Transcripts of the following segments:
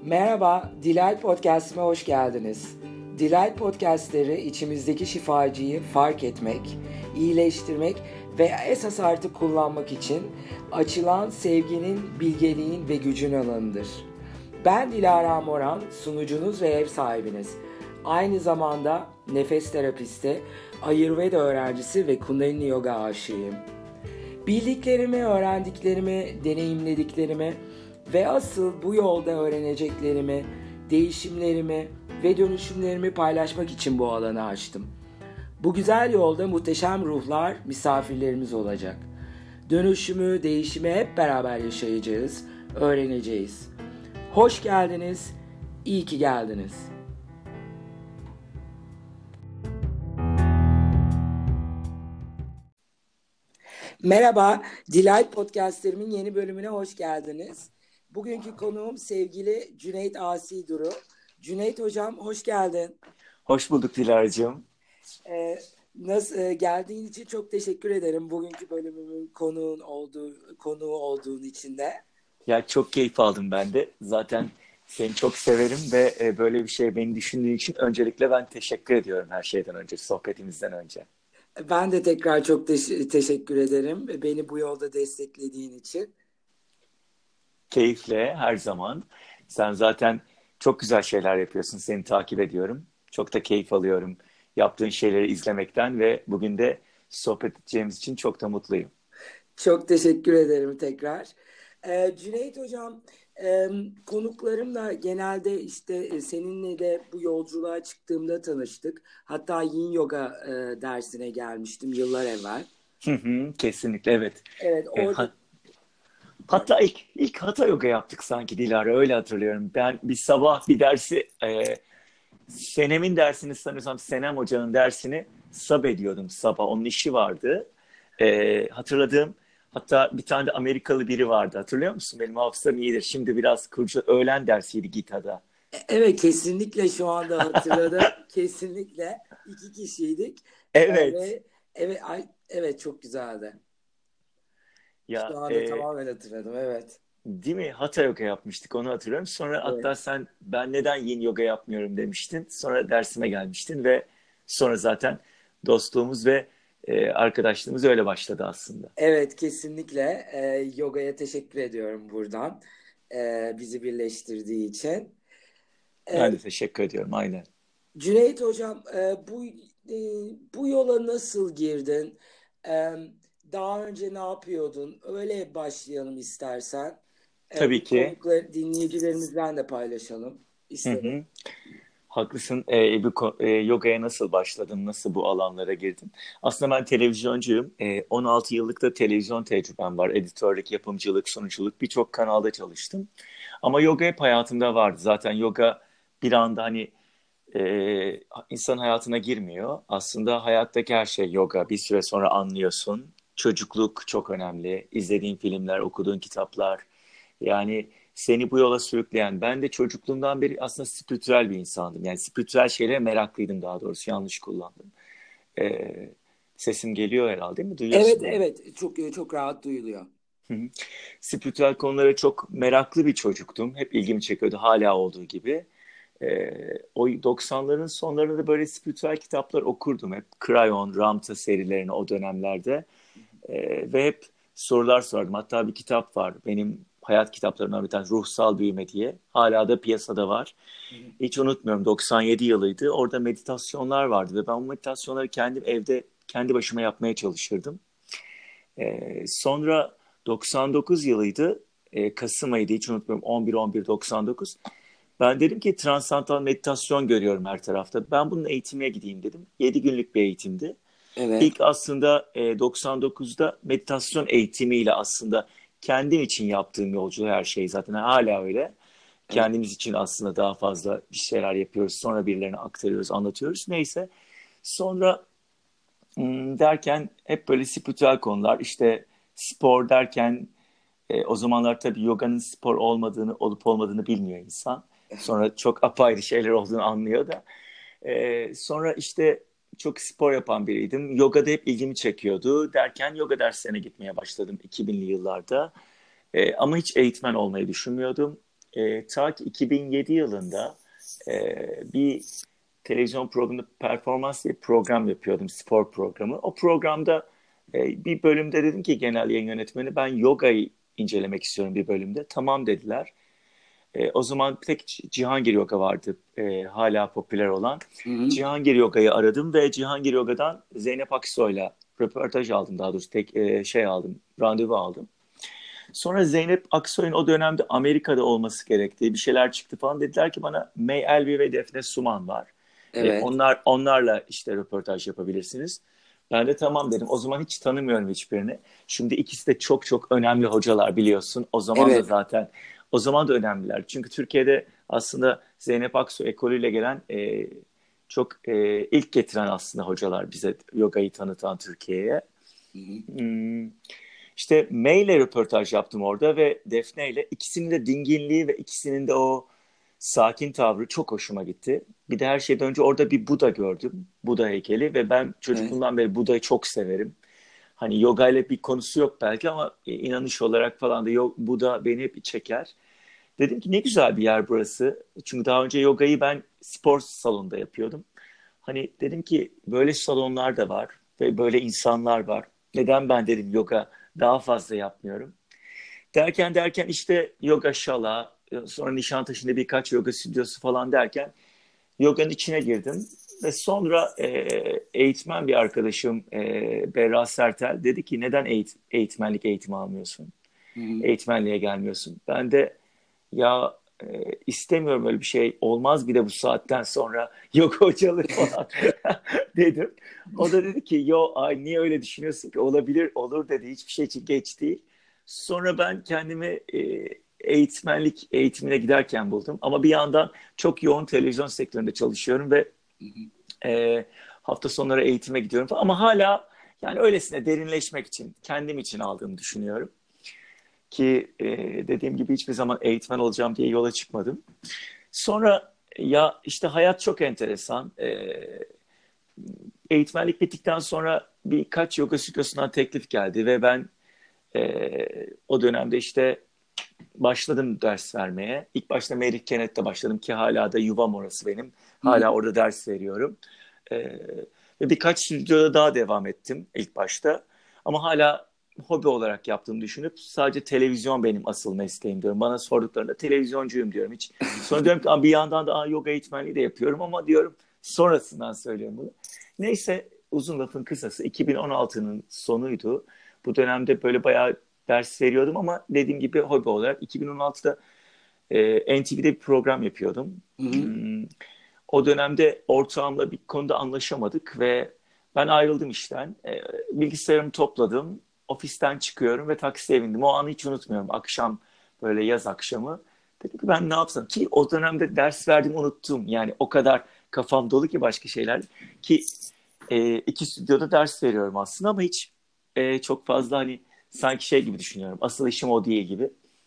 Merhaba, Delight Podcast'ime hoş geldiniz. Delight Podcast'leri içimizdeki şifacıyı fark etmek, iyileştirmek ve esas artık kullanmak için açılan sevginin, bilgeliğin ve gücün alanıdır. Ben Dilara Moran, sunucunuz ve ev sahibiniz. Aynı zamanda nefes terapisti, Ayurveda öğrencisi ve Kundalini Yoga aşığıyım. Bildiklerimi, öğrendiklerimi, deneyimlediklerimi ve asıl bu yolda öğreneceklerimi, değişimlerimi ve dönüşümlerimi paylaşmak için bu alanı açtım. Bu güzel yolda muhteşem ruhlar misafirlerimiz olacak. Dönüşümü, değişimi hep beraber yaşayacağız, öğreneceğiz. Hoş geldiniz, iyi ki geldiniz. Merhaba, Delight Podcast'lerimin yeni bölümüne hoş geldiniz. Bugünkü konuğum sevgili Cüneyt Asi Duru. Cüneyt Hocam hoş geldin. Hoş bulduk Dilara'cığım. Geldiğin için çok teşekkür ederim. Bugünkü bölümümün konuğu olduğun için de. Ya çok keyif aldım ben de. Zaten seni çok severim ve böyle bir şey beni düşündüğün için öncelikle ben teşekkür ediyorum her şeyden önce, sohbetimizden önce. Ben de tekrar çok teşekkür ederim beni bu yolda desteklediğin için. Keyifle her zaman. Sen zaten çok güzel şeyler yapıyorsun. Seni takip ediyorum. Çok da keyif alıyorum yaptığın şeyleri izlemekten ve bugün de sohbet edeceğimiz için çok da mutluyum. Çok teşekkür ederim tekrar. Cüneyt Hocam, konuklarımla genelde işte seninle de bu yolculuğa çıktığımda tanıştık. Hatta Yin Yoga dersine gelmiştim yıllar evvel. Kesinlikle evet. Evet, orada... Hatta ilk Hatha Yoga yaptık sanki Dilara, öyle hatırlıyorum. Ben bir sabah bir dersi Senem'in dersini sanıyorsam Senem Hoca'nın dersini ediyordum sabah. Onun işi vardı. Hatırladığım, hatta bir tane de Amerikalı biri vardı. Hatırlıyor musun? Benim hafızam iyidir. Şimdi biraz öğlen dersiydi Gita'da. Evet, kesinlikle şu anda hatırladım. Kesinlikle 2 kişiydik. Evet. Evet, çok güzeldi. Ya, Şu anda tamamen hatırladım, evet. değil mi? Hatha Yoga yapmıştık, onu hatırlıyorum. Sonra Evet. hatta sen ben neden Yin Yoga yapmıyorum demiştin. Sonra dersime gelmiştin ve sonra zaten dostluğumuz ve arkadaşlığımız öyle başladı aslında. Evet, kesinlikle. Yoga'ya teşekkür ediyorum buradan. Bizi birleştirdiği için. Ben de teşekkür ediyorum, aynen. Cüneyt Hocam, bu yola nasıl girdin? E, Daha önce ne yapıyordun? Öyle başlayalım istersen. Tabii Bu ki. konukları dinleyicilerimizden de paylaşalım Hı istedim. hı. Haklısın. Yogaya nasıl başladım, nasıl bu alanlara girdim? Aslında ben televizyoncuyum. 16 yıllık da televizyon tecrübem var. Editörlük, yapımcılık, sunuculuk, birçok kanalda çalıştım. Ama yoga hep hayatımda vardı. Zaten yoga bir anda insan hayatına girmiyor. Aslında hayattaki her şey yoga. Bir süre sonra anlıyorsun. Çocukluk çok önemli. İzlediğin filmler, okuduğun kitaplar. Yani seni bu yola sürükleyen. Ben de çocukluğumdan beri aslında spiritüel bir insandım. Yani spiritüel şeylere meraklıydım, daha doğrusu. Yanlış kullandım. Ee, Sesim geliyor herhalde, değil mi? Evet, Duyuyorsun beni. evet. Çok rahat duyuluyor. Hı hı. Spiritüel konulara çok meraklı bir çocuktum. Hep ilgimi çekiyordu, hala olduğu gibi. O 90'ların sonlarında da böyle spiritüel kitaplar okurdum. Hep Krayon, Ramta serilerini o dönemlerde. Ve hep sorular sorardım. Hatta bir kitap var, benim hayat kitaplarımdan bir tane, Ruhsal Büyüme diye. Hala da piyasada var. Hı hı. Hiç unutmuyorum, 97 yılıydı. Orada meditasyonlar vardı ve ben bu meditasyonları kendim evde kendi başıma yapmaya çalışırdım. Sonra 99 yılıydı. Kasım ayıydı, hiç unutmuyorum, 11-11-99. Ben dedim ki transantal meditasyon görüyorum her tarafta. Ben bunun eğitimine gideyim dedim. 7 günlük bir eğitimdi. Evet. İlk aslında 99'da meditasyon eğitimiyle aslında kendim için yaptığım yolculuğu, her şey zaten hala öyle. Evet. Kendimiz için aslında daha fazla bir şeyler yapıyoruz. Sonra birilerine aktarıyoruz, anlatıyoruz. Neyse. Sonra derken hep böyle spiritüel konular. İşte spor derken o zamanlar tabii yoganın spor olup olmadığını bilmiyor insan. Sonra çok apayrı şeyler olduğunu anlıyor da. Sonra işte çok spor yapan biriydim. Yoga da hep ilgimi çekiyordu. Derken yoga derslerine gitmeye başladım 2000'li yıllarda. Ama hiç eğitmen olmayı düşünmüyordum. ta ki 2007 yılında bir televizyon programında performans diye bir program yapıyordum, spor programı. O programda bir bölümde dedim ki genel yayın yönetmeni, ben yogayı incelemek istiyorum bir bölümde. Tamam dediler. O zaman tek Cihangir Yoga vardı, hala popüler olan. Hı hı. Cihangir Yoga'yı aradım ve Cihangir Yoga'dan Zeynep Aksoy'la röportaj aldım, daha doğrusu aldım, randevu aldım. Sonra Zeynep Aksoy'un o dönemde Amerika'da olması gerektiği bir şeyler çıktı falan. Dediler ki bana May Elvi ve Defne Suman var. Evet. Onlarla işte röportaj yapabilirsiniz. Ben de tamam dedim. O zaman hiç tanımıyorum hiçbirini. Şimdi ikisi de çok çok önemli hocalar biliyorsun. Evet. O zaman da önemliler. Çünkü Türkiye'de aslında Zeynep Aksoy ekolüyle gelen çok ilk getiren aslında hocalar bize yogayı tanıtan Türkiye'ye. Hı hı. Hmm, İşte May ile röportaj yaptım orada ve Defne ile, ikisinin de dinginliği ve ikisinin de o sakin tavrı çok hoşuma gitti. Bir de her şeyden önce orada bir Buda gördüm. Buda heykeli ve ben Evet. çocukluğumdan beri Buda'yı çok severim. Hani yoga ile bir konusu yok belki ama inanış olarak falan da Buda beni hep çeker. Dedim ki ne güzel bir yer burası. Çünkü daha önce yogayı ben spor salonunda yapıyordum. Hani dedim ki böyle salonlar da var ve böyle insanlar var. Neden ben dedim yoga daha fazla yapmıyorum. Derken işte yoga şala, sonra Nişantaşı'nda birkaç yoga stüdyosu falan derken yoganın içine girdim. Ve sonra eğitmen bir arkadaşım Berra Sertel dedi ki neden eğitmenlik eğitimi almıyorsun? Hı hı. Eğitmenliğe gelmiyorsun. Ben de ya istemiyorum, öyle bir şey olmaz bir de bu saatten sonra yoga hocalığı falan dedim. O da dedi ki yo ay niye öyle düşünüyorsun ki, olabilir olur dedi, hiçbir şey için geç değil. Sonra ben kendimi eğitmenlik eğitimine giderken buldum ama bir yandan çok yoğun televizyon sektöründe çalışıyorum ve Hı hı. hafta sonları eğitime gidiyorum falan. Ama hala yani öylesine derinleşmek için, kendim için aldığımı düşünüyorum. Ki dediğim gibi hiçbir zaman eğitmen olacağım diye yola çıkmadım. Sonra ya işte hayat çok enteresan. Eğitmenlik bittikten sonra birkaç yoga stüdyosundan teklif geldi ve ben o dönemde işte başladım ders vermeye. İlk başta Mary Kennett'te başladım ki hala da yuvam orası benim. Hı hı. Hala orada ders veriyorum. E, Ve birkaç stüdyoda daha devam ettim ilk başta. Ama hala hobi olarak yaptığımı düşünüp sadece televizyon benim asıl mesleğim diyorum. Bana sorduklarında televizyoncuyum diyorum hiç. Sonra diyorum ki bir yandan da yoga eğitmenliği de yapıyorum ama diyorum sonrasından söylüyorum bunu. Neyse, uzun lafın kısası 2016'nın sonuydu. Bu dönemde böyle bayağı ders veriyordum ama dediğim gibi hobi olarak 2016'da NTV'de bir program yapıyordum. Hı hı. O dönemde ortağımla bir konuda anlaşamadık ve ben ayrıldım işten. Bilgisayarımı topladım, ofisten çıkıyorum ve taksiye bindim. O anı hiç unutmuyorum. Akşam, böyle yaz akşamı. Dedim ki ben ne yapsam, ki o dönemde ders verdiğimi unuttum. Yani o kadar kafam dolu ki başka şeyler, ki iki stüdyoda ders veriyorum aslında ama hiç çok fazla hani sanki şey gibi düşünüyorum. Asıl işim o değil gibi.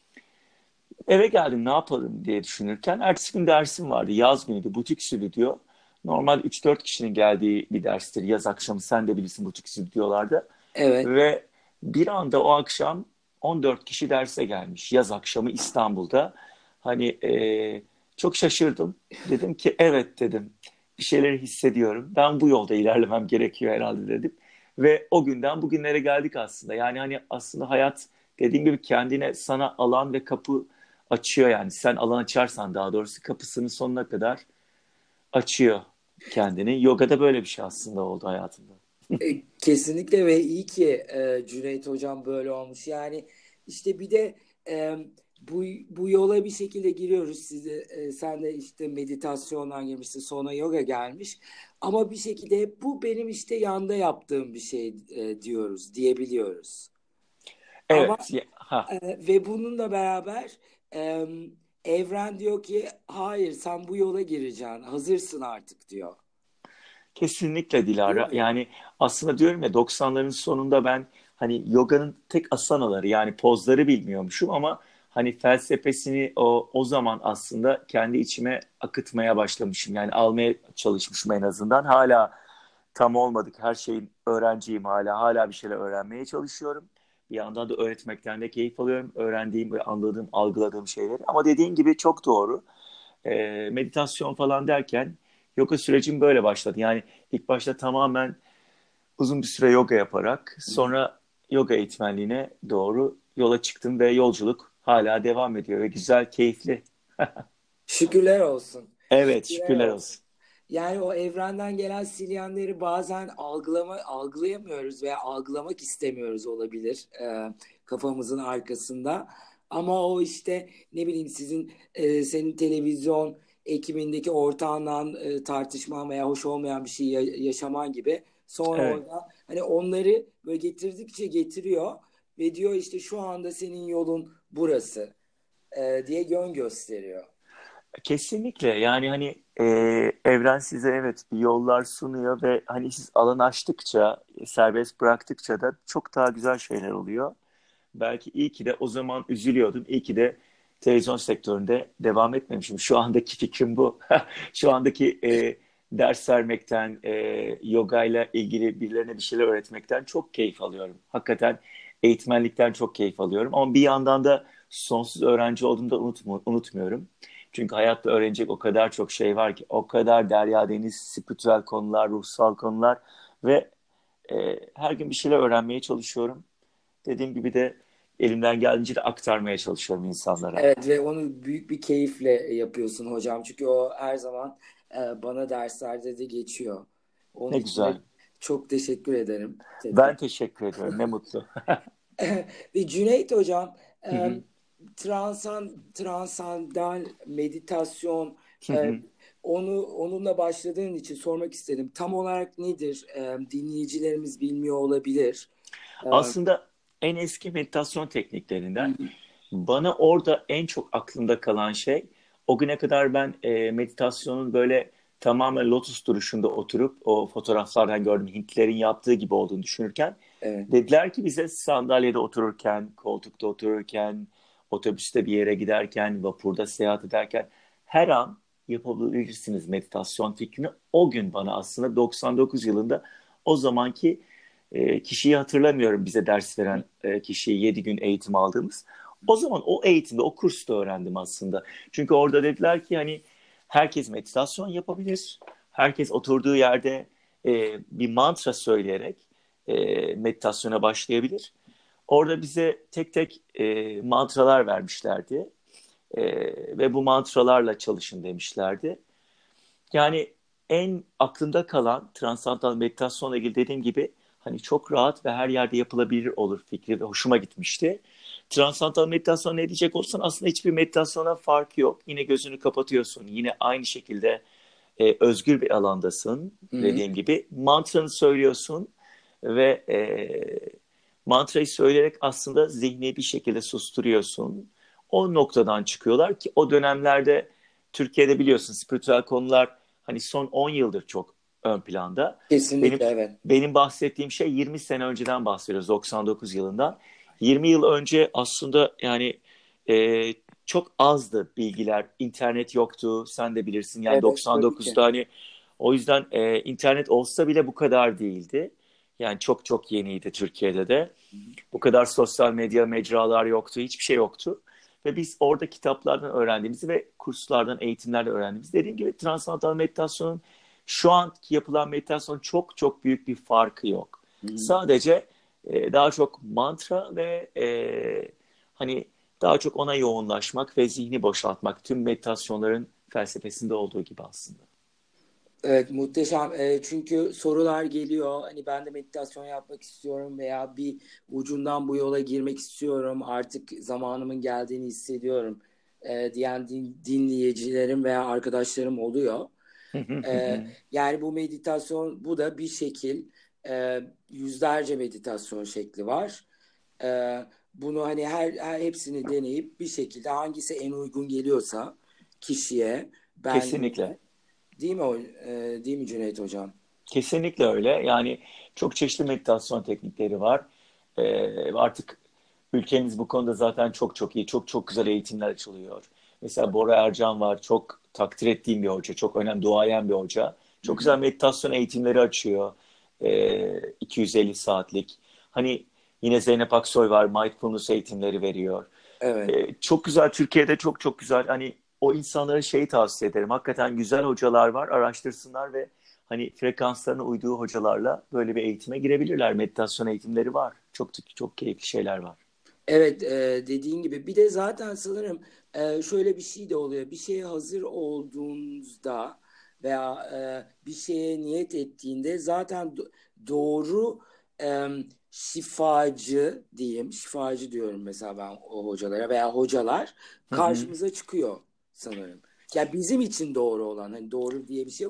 Eve geldim ne yapalım diye düşünürken ertesi gün dersim vardı. Yaz günüydü. Butik stüdyo. Normal 3-4 kişinin geldiği bir derstir. Yaz akşamı sen de bilirsin butik stüdyolarda. Evet. Ve bir anda o akşam 14 kişi derse gelmiş. Yaz akşamı İstanbul'da. Hani çok şaşırdım. Dedim ki evet dedim. Bir şeyleri hissediyorum. Ben bu yolda ilerlemem gerekiyor herhalde dedim. Ve o günden bugünlere geldik aslında. Yani hani aslında hayat dediğim gibi kendine sana alan ve kapı açıyor yani. Sen alan açarsan, daha doğrusu kapısının sonuna kadar açıyor kendini. Yoga da böyle bir şey aslında oldu hayatımda. Kesinlikle ve iyi ki Cüneyt Hocam böyle olmuş. Yani işte bir de e, bu yola bir şekilde giriyoruz. Sen de işte meditasyondan girmişsin, sonra yoga gelmiş. Ama bir şekilde bu benim işte yanda yaptığım bir şey diyebiliyoruz. Ama Evet. Ha. ve bununla beraber e, evren diyor ki hayır sen bu yola gireceksin. Hazırsın artık diyor. Kesinlikle Değil Dilara. mi? Yani aslında diyorum ya 90'ların sonunda ben hani yoganın tek asanaları yani pozları bilmiyormuşum ama hani felsefesini o zaman aslında kendi içime akıtmaya başlamışım. Yani almaya çalışmışım en azından. Hala tam olmadık. Her şeyin öğrenciyim hala. Hala bir şeyler öğrenmeye çalışıyorum. Bir yandan da öğretmekten de keyif alıyorum. Öğrendiğim ve anladığım, algıladığım şeyleri. Ama dediğin gibi çok doğru. Meditasyon falan derken yoga sürecim böyle başladı. Yani ilk başta tamamen uzun bir süre yoga yaparak sonra yoga eğitmenliğine doğru yola çıktım ve yolculuk hala devam ediyor ve güzel, keyifli. Şükürler olsun. Evet, Şükürler şükürler olsun. olsun. Yani o evrenden gelen silyanları bazen algılayamıyoruz veya algılamak istemiyoruz olabilir kafamızın arkasında. Ama o işte ne bileyim senin televizyon ekibindeki ortağından tartışman veya hoş olmayan bir şey yaşaman gibi sonra Evet. orada hani onları böyle getirdikçe getiriyor ve diyor işte şu anda senin yolun burası diye yön gösteriyor. Kesinlikle yani hani evren size evet bir yollar sunuyor ve hani siz alan açtıkça, serbest bıraktıkça da çok daha güzel şeyler oluyor. Belki iyi ki de o zaman üzülüyordum. İyi ki de televizyon sektöründe devam etmemişim. Şu andaki fikrim bu. Şu andaki ders vermekten, yoga ile ilgili birilerine bir şeyler öğretmekten çok keyif alıyorum. Hakikaten eğitmenlikten çok keyif alıyorum. Ama bir yandan da sonsuz öğrenci olduğumu da unutmuyorum. Çünkü hayatta öğrenecek o kadar çok şey var ki, o kadar derya deniz, spiritüel konular, ruhsal konular ve her gün bir şeyler öğrenmeye çalışıyorum. Dediğim gibi de elimden geldiğince de aktarmaya çalışıyorum insanlara. Evet ve onu büyük bir keyifle yapıyorsun hocam. Çünkü o her zaman bana derslerde de geçiyor. Onun Ne için de güzel. çok teşekkür ederim tekrar. Ben teşekkür ediyorum. Ne mutlu. Ve Cüneyt hocam Hı e, hı, transandantal meditasyon hı e, hı. onunla başladığın için sormak istedim. Tam olarak nedir? Dinleyicilerimiz bilmiyor olabilir. E, Aslında en eski meditasyon hı tekniklerinden bana orada en çok aklımda kalan şey o güne kadar ben meditasyonun böyle tamamen lotus duruşunda oturup o fotoğraflardan gördüm Hintlilerin yaptığı gibi olduğunu düşünürken evet. dediler ki bize sandalyede otururken, koltukta otururken, otobüste bir yere giderken, vapurda seyahat ederken her an yapabilirsiniz meditasyon fikrini. O gün bana aslında 99 yılında o zamanki kişiyi hatırlamıyorum bize ders veren kişiyi 7 gün eğitim aldığımız. O zaman o eğitimde, o kursta öğrendim aslında. Çünkü orada dediler ki hani herkes meditasyon yapabilir. Herkes oturduğu yerde bir mantra söyleyerek meditasyona başlayabilir. Orada bize tek tek mantralar vermişlerdi. E, ve bu mantralarla çalışın demişlerdi. Yani en aklımda kalan transantal meditasyonla ilgili dediğim gibi hani çok rahat ve her yerde yapılabilir olur fikri ve hoşuma gitmişti. Transantal meditasyon ne diyecek olsan aslında hiçbir meditasyona farkı yok. Yine gözünü kapatıyorsun. Yine aynı şekilde özgür bir alandasın. Hı hı. Dediğim gibi mantranı söylüyorsun ve mantrayı söyleyerek aslında zihni bir şekilde susturuyorsun. O noktadan çıkıyorlar ki o dönemlerde Türkiye'de biliyorsun spiritüel konular hani son 10 yıldır çok ön planda. Benim Kesinlikle evet. benim bahsettiğim şey 20 sene önceden bahsediyoruz 99 yılından. 20 yıl önce aslında yani e, çok azdı bilgiler. İnternet yoktu. Sen de bilirsin yani Evet tabii ki. 99'da hani o yüzden internet olsa bile bu kadar değildi. Yani çok çok yeniydi Türkiye'de de. Bu kadar sosyal medya mecralar yoktu, hiçbir şey yoktu. Ve biz orada kitaplardan öğrendiğimizi ve kurslardan, eğitimlerden öğrendiğimiz. Dediğim gibi transantal meditasyonun şu anki yapılan meditasyonun çok çok büyük bir farkı yok. Hı hı. Sadece daha çok mantra ve hani daha çok ona yoğunlaşmak ve zihni boşaltmak. Tüm meditasyonların felsefesinde olduğu gibi aslında. Evet muhteşem. Çünkü sorular geliyor. Hani ben de meditasyon yapmak istiyorum veya bir ucundan bu yola girmek istiyorum. Artık zamanımın geldiğini hissediyorum. Diyen dinleyicilerim veya arkadaşlarım oluyor. Yani bu meditasyon bu da bir şekil yüzlerce meditasyon şekli var. Bunu hani hepsini deneyip bir şekilde hangisi en uygun geliyorsa kişiye, Kesinlikle. benliğine. Değil mi değil mi Cüneyt Hocam? Kesinlikle öyle. Yani çok çeşitli meditasyon teknikleri var. Artık ülkemiz bu konuda zaten çok çok iyi, çok çok güzel eğitimler açılıyor. Mesela Bora Ercan var, çok takdir ettiğim bir hoca, çok önemli, duayen bir hoca. Hı Çok hı. güzel meditasyon eğitimleri açıyor. 250 saatlik. Hani Yine Zeynep Aksoy var, mindfulness eğitimleri veriyor. Evet. Çok güzel, Türkiye'de çok çok güzel. Hani o insanlara şeyi tavsiye ederim. Hakikaten güzel hocalar var, araştırsınlar ve hani frekanslarına uyduğu hocalarla böyle bir eğitime girebilirler. Meditasyon eğitimleri var. Çok çok keyifli şeyler var. Evet, dediğin gibi. Bir de zaten sanırım şöyle bir şey de oluyor. Bir şeye hazır olduğunuzda veya bir şeye niyet ettiğinde zaten doğru e, şifacı diyeyim, şifacı diyorum mesela ben o hocalara veya hocalar Hı hı. karşımıza çıkıyor sanırım. Ya bizim için doğru olan, hani doğru diye bir şey yok.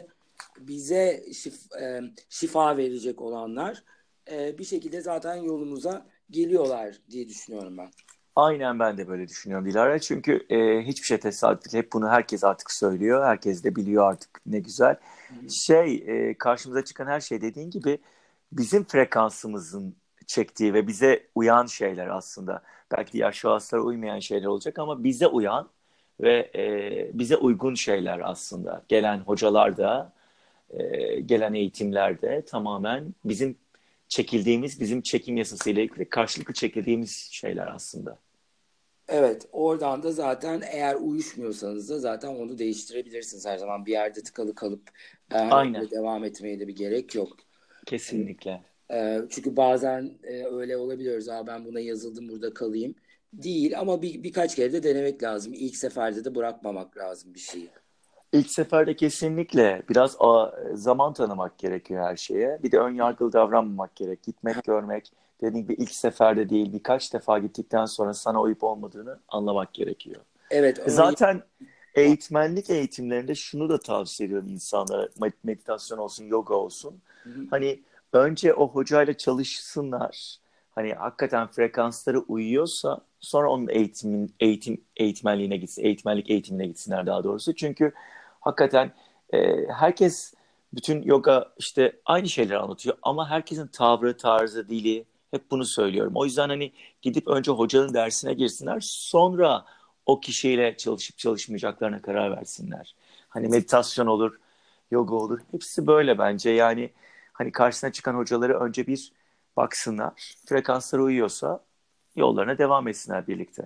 Bize şifa verecek olanlar bir şekilde zaten yolumuza geliyorlar diye düşünüyorum ben. Aynen ben de böyle düşünüyorum Dilara. Çünkü hiçbir şey tesadüf değil. Hep bunu herkes artık söylüyor. Herkes de biliyor artık ne güzel. Hı hı. Karşımıza çıkan her şey dediğin gibi bizim frekansımızın çektiği ve bize uyan şeyler aslında. Belki diğer şahıslara uymayan şeyler olacak ama bize uyan ve bize uygun şeyler aslında. Gelen hocalar da, gelen eğitimler de tamamen bizim çekildiğimiz, bizim çekim yasasıyla ilgili karşılıklı çekildiğimiz şeyler aslında. Evet, oradan da zaten eğer uyuşmuyorsanız da zaten onu değiştirebilirsiniz her zaman. Bir yerde tıkalı kalıp hani Aynen, öyle devam etmeye de bir gerek yok. Hani, kesinlikle. çünkü bazen öyle olabiliyoruz. Aa, ben buna yazıldım burada kalayım. Değil ama birkaç kere de denemek lazım. İlk seferde de bırakmamak lazım bir şeyi. İlk seferde kesinlikle biraz zaman tanımak gerekiyor her şeye. Bir de ön yargılı davranmamak gerek. Gitmek, görmek, dediğim gibi ilk seferde değil birkaç defa gittikten sonra sana uyup olmadığını anlamak gerekiyor. Evet ama Zaten eğitmenlik eğitimlerinde şunu da tavsiye ediyorum insanlara. Meditasyon olsun, yoga olsun. Hı hı. Hani önce o hocayla çalışsınlar. Hani hakikaten frekansları uyuyorsa sonra onun eğitmenliğine gitsin, eğitmenlik eğitimine gitsinler daha doğrusu. Çünkü hakikaten herkes bütün yoga işte aynı şeyleri anlatıyor ama herkesin tavrı, tarzı, dili hep bunu söylüyorum. O yüzden hani gidip önce hocanın dersine girsinler, sonra o kişiyle çalışıp çalışmayacaklarına karar versinler. Hani meditasyon olur, yoga olur. Hepsi böyle bence. Yani hani karşısına çıkan hocaları önce bir baksınlar. Frekansları uyuyorsa yollarına devam etsinler birlikte.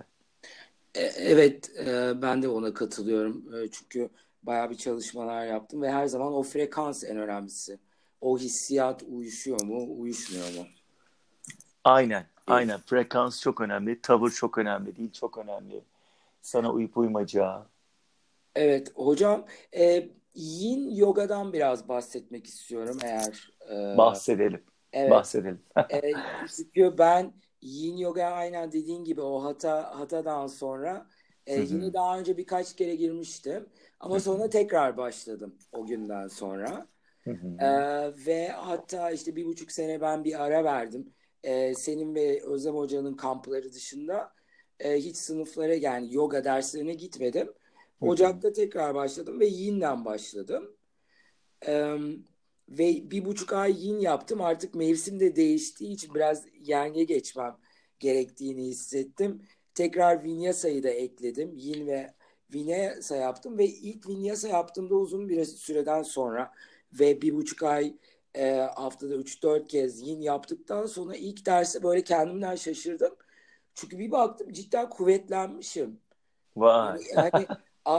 Evet, ben de ona katılıyorum. Çünkü bayağı bir çalışmalar yaptım ve her zaman o frekans en önemlisi. O hissiyat uyuşuyor mu, uyuşmuyor mu? Aynen, Değil. aynen. Frekans çok önemli, tavır çok önemli, dil çok önemli. Sana uyup uymayacağı. Evet, hocam, Yin Yoga'dan biraz bahsetmek istiyorum eğer. Bahsedelim, Evet, bahsedelim. çünkü ben Yin Yoga aynen dediğin gibi o Hata'dan sonra Hı yine hı, daha önce birkaç kere girmiştim. hı Ama hı, sonra tekrar başladım o günden sonra. hı hı. Ee, Ve hatta işte 1,5 sene ben bir ara verdim. Senin ve Özlem Hoca'nın kampları dışında hiç sınıflara yani yoga derslerine gitmedim. Hı hı. Ocak'ta tekrar başladım ve Yin'den başladım. Ee, Ve 1,5 ay Yin yaptım. Artık mevsim de değiştiği için biraz yenge geçmem gerektiğini hissettim. Tekrar Vinyasa'yı da ekledim. Yin ve Vinyasa yaptım ve ilk Vinyasa yaptığımda uzun bir süreden sonra ve 1,5 ay haftada 3-4 kez Yin yaptıktan sonra ilk dersi böyle kendimden şaşırdım. Çünkü bir baktım cidden kuvvetlenmişim. Vay. Hani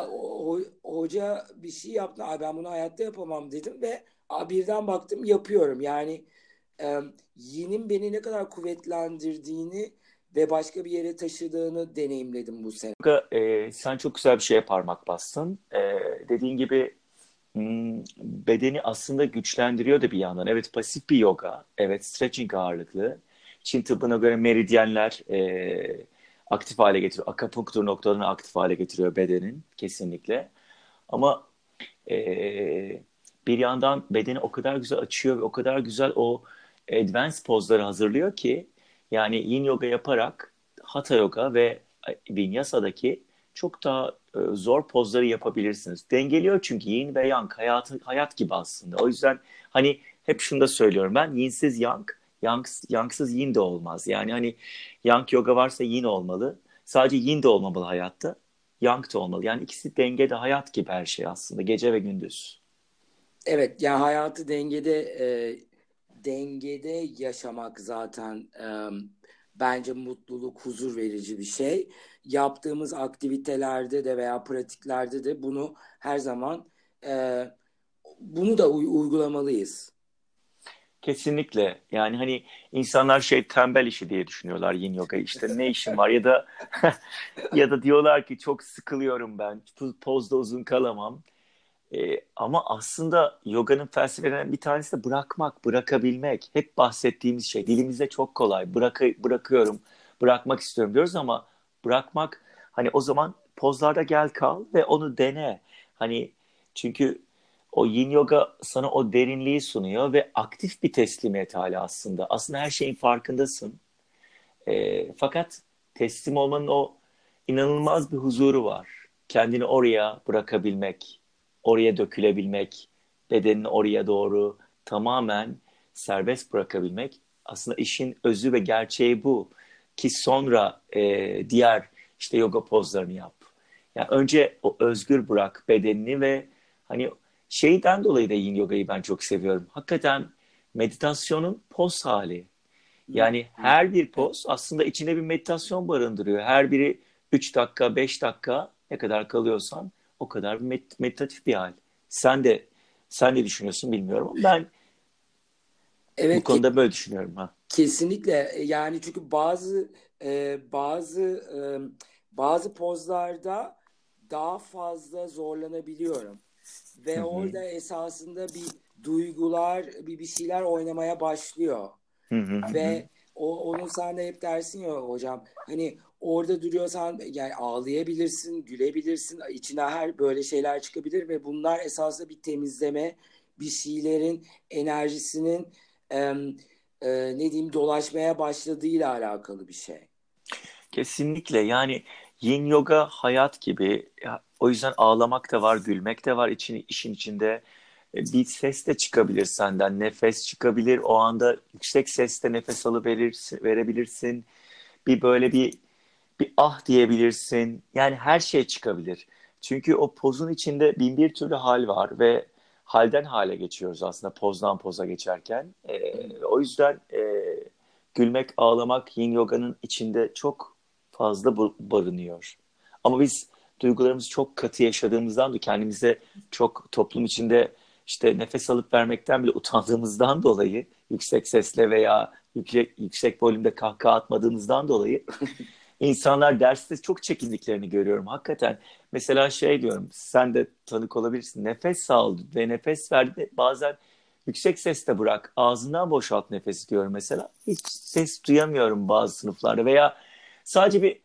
hoca bir şey yaptı. Ay ben bunu hayatta yapamam dedim ve birden baktım yapıyorum. Yani e, yinin beni ne kadar kuvvetlendirdiğini ve başka bir yere taşıdığını deneyimledim bu sene. Sen çok güzel bir şeye parmak bastın. Dediğin gibi bedeni aslında güçlendiriyor da bir yandan. Evet pasif bir yoga, evet stretching ağırlıklı. Çin tıbbına göre meridyenler aktif hale getiriyor. Akupunktur noktalarını aktif hale getiriyor bedenin kesinlikle. Ama e, bir yandan bedeni o kadar güzel açıyor ve o kadar güzel o advanced pozları hazırlıyor ki yani yin yoga yaparak hatha yoga ve vinyasa'daki çok daha zor pozları yapabilirsiniz. Dengeliyor çünkü yin ve yang hayat gibi aslında. O yüzden hani hep şunu da söylüyorum ben yinsiz yangsız yin de olmaz. Yani hani yang yoga varsa yin olmalı. Sadece yin de olmamalı hayatta. Yang da olmalı. Yani ikisi dengede hayat gibi her şey aslında. Gece ve gündüz. Evet yani hayatı dengede dengede yaşamak zaten bence mutluluk, huzur verici bir şey. Yaptığımız aktivitelerde de veya pratiklerde de bunu her zaman e, bunu da uygulamalıyız. Kesinlikle. Yani hani insanlar şey tembel işi diye düşünüyorlar yin yoga işte ne işim var ya da ya da diyorlar ki çok sıkılıyorum ben pozda uzun kalamam. Ama aslında yoganın felsefelerinden bir tanesi de bırakmak, bırakabilmek. Hep bahsettiğimiz şey. Dilimizde çok kolay. Bırakıyorum, bırakmak istiyorum diyoruz ama bırakmak hani o zaman pozlarda gel kal ve onu dene. Hani çünkü o yin yoga sana o derinliği sunuyor ve aktif bir teslimiyet hali aslında. Aslında her şeyin farkındasın. Fakat teslim olmanın o inanılmaz bir huzuru var. Kendini oraya bırakabilmek, oraya dökülebilmek, bedenini oraya doğru tamamen serbest bırakabilmek. Aslında işin özü ve gerçeği bu. Ki sonra diğer işte yoga pozlarını yap. Yani önce o özgür bırak bedenini ve hani şeyden dolayı da yin yogayı ben çok seviyorum. Hakikaten meditasyonun poz hali. Yani her bir poz aslında içinde bir meditasyon barındırıyor. Her biri 3 dakika, 5 dakika ne kadar kalıyorsan o kadar bir meditatif bir hal. Sen de sen ne düşünüyorsun bilmiyorum ama ben bu Evet, konuda böyle düşünüyorum ha. kesinlikle. Yani çünkü bazı bazı pozlarda daha fazla zorlanabiliyorum Hı ve hı. orada esasında bir duygular, bir şeyler oynamaya başlıyor. Hı hı hı. Ve onun sen de hep dersin ya hocam, hani orada duruyorsan yani ağlayabilirsin, gülebilirsin, içine her böyle şeyler çıkabilir ve bunlar esasında bir temizleme, bir şeylerin enerjisinin em, ne diyeyim dolaşmaya başladığıyla alakalı bir şey. Kesinlikle yani yin yoga hayat gibi. Ya, o yüzden ağlamak da var, gülmek de var işin içinde. Bir ses de çıkabilir senden, nefes çıkabilir. O anda yüksek sesle nefes verebilirsin. Bir böyle bir ah diyebilirsin. Yani her şey çıkabilir. Çünkü o pozun içinde bin bir türlü hal var ve halden hale geçiyoruz aslında pozdan poza geçerken. O yüzden gülmek, ağlamak Yin Yoga'nın içinde çok fazla barınıyor. Ama biz duygularımızı çok katı yaşadığımızdan da kendimize çok toplum içinde işte nefes alıp vermekten bile utandığımızdan dolayı yüksek sesle veya yüksek volümde kahkaha atmadığımızdan dolayı İnsanlar derste çok çekindiklerini görüyorum hakikaten. Mesela şey diyorum, sen de tanık olabilirsin. Nefes al ve nefes ver. Bazen yüksek sesle bırak, ağzından boşalt nefesi diyorum mesela. Hiç ses duyamıyorum bazı sınıflarda veya sadece bir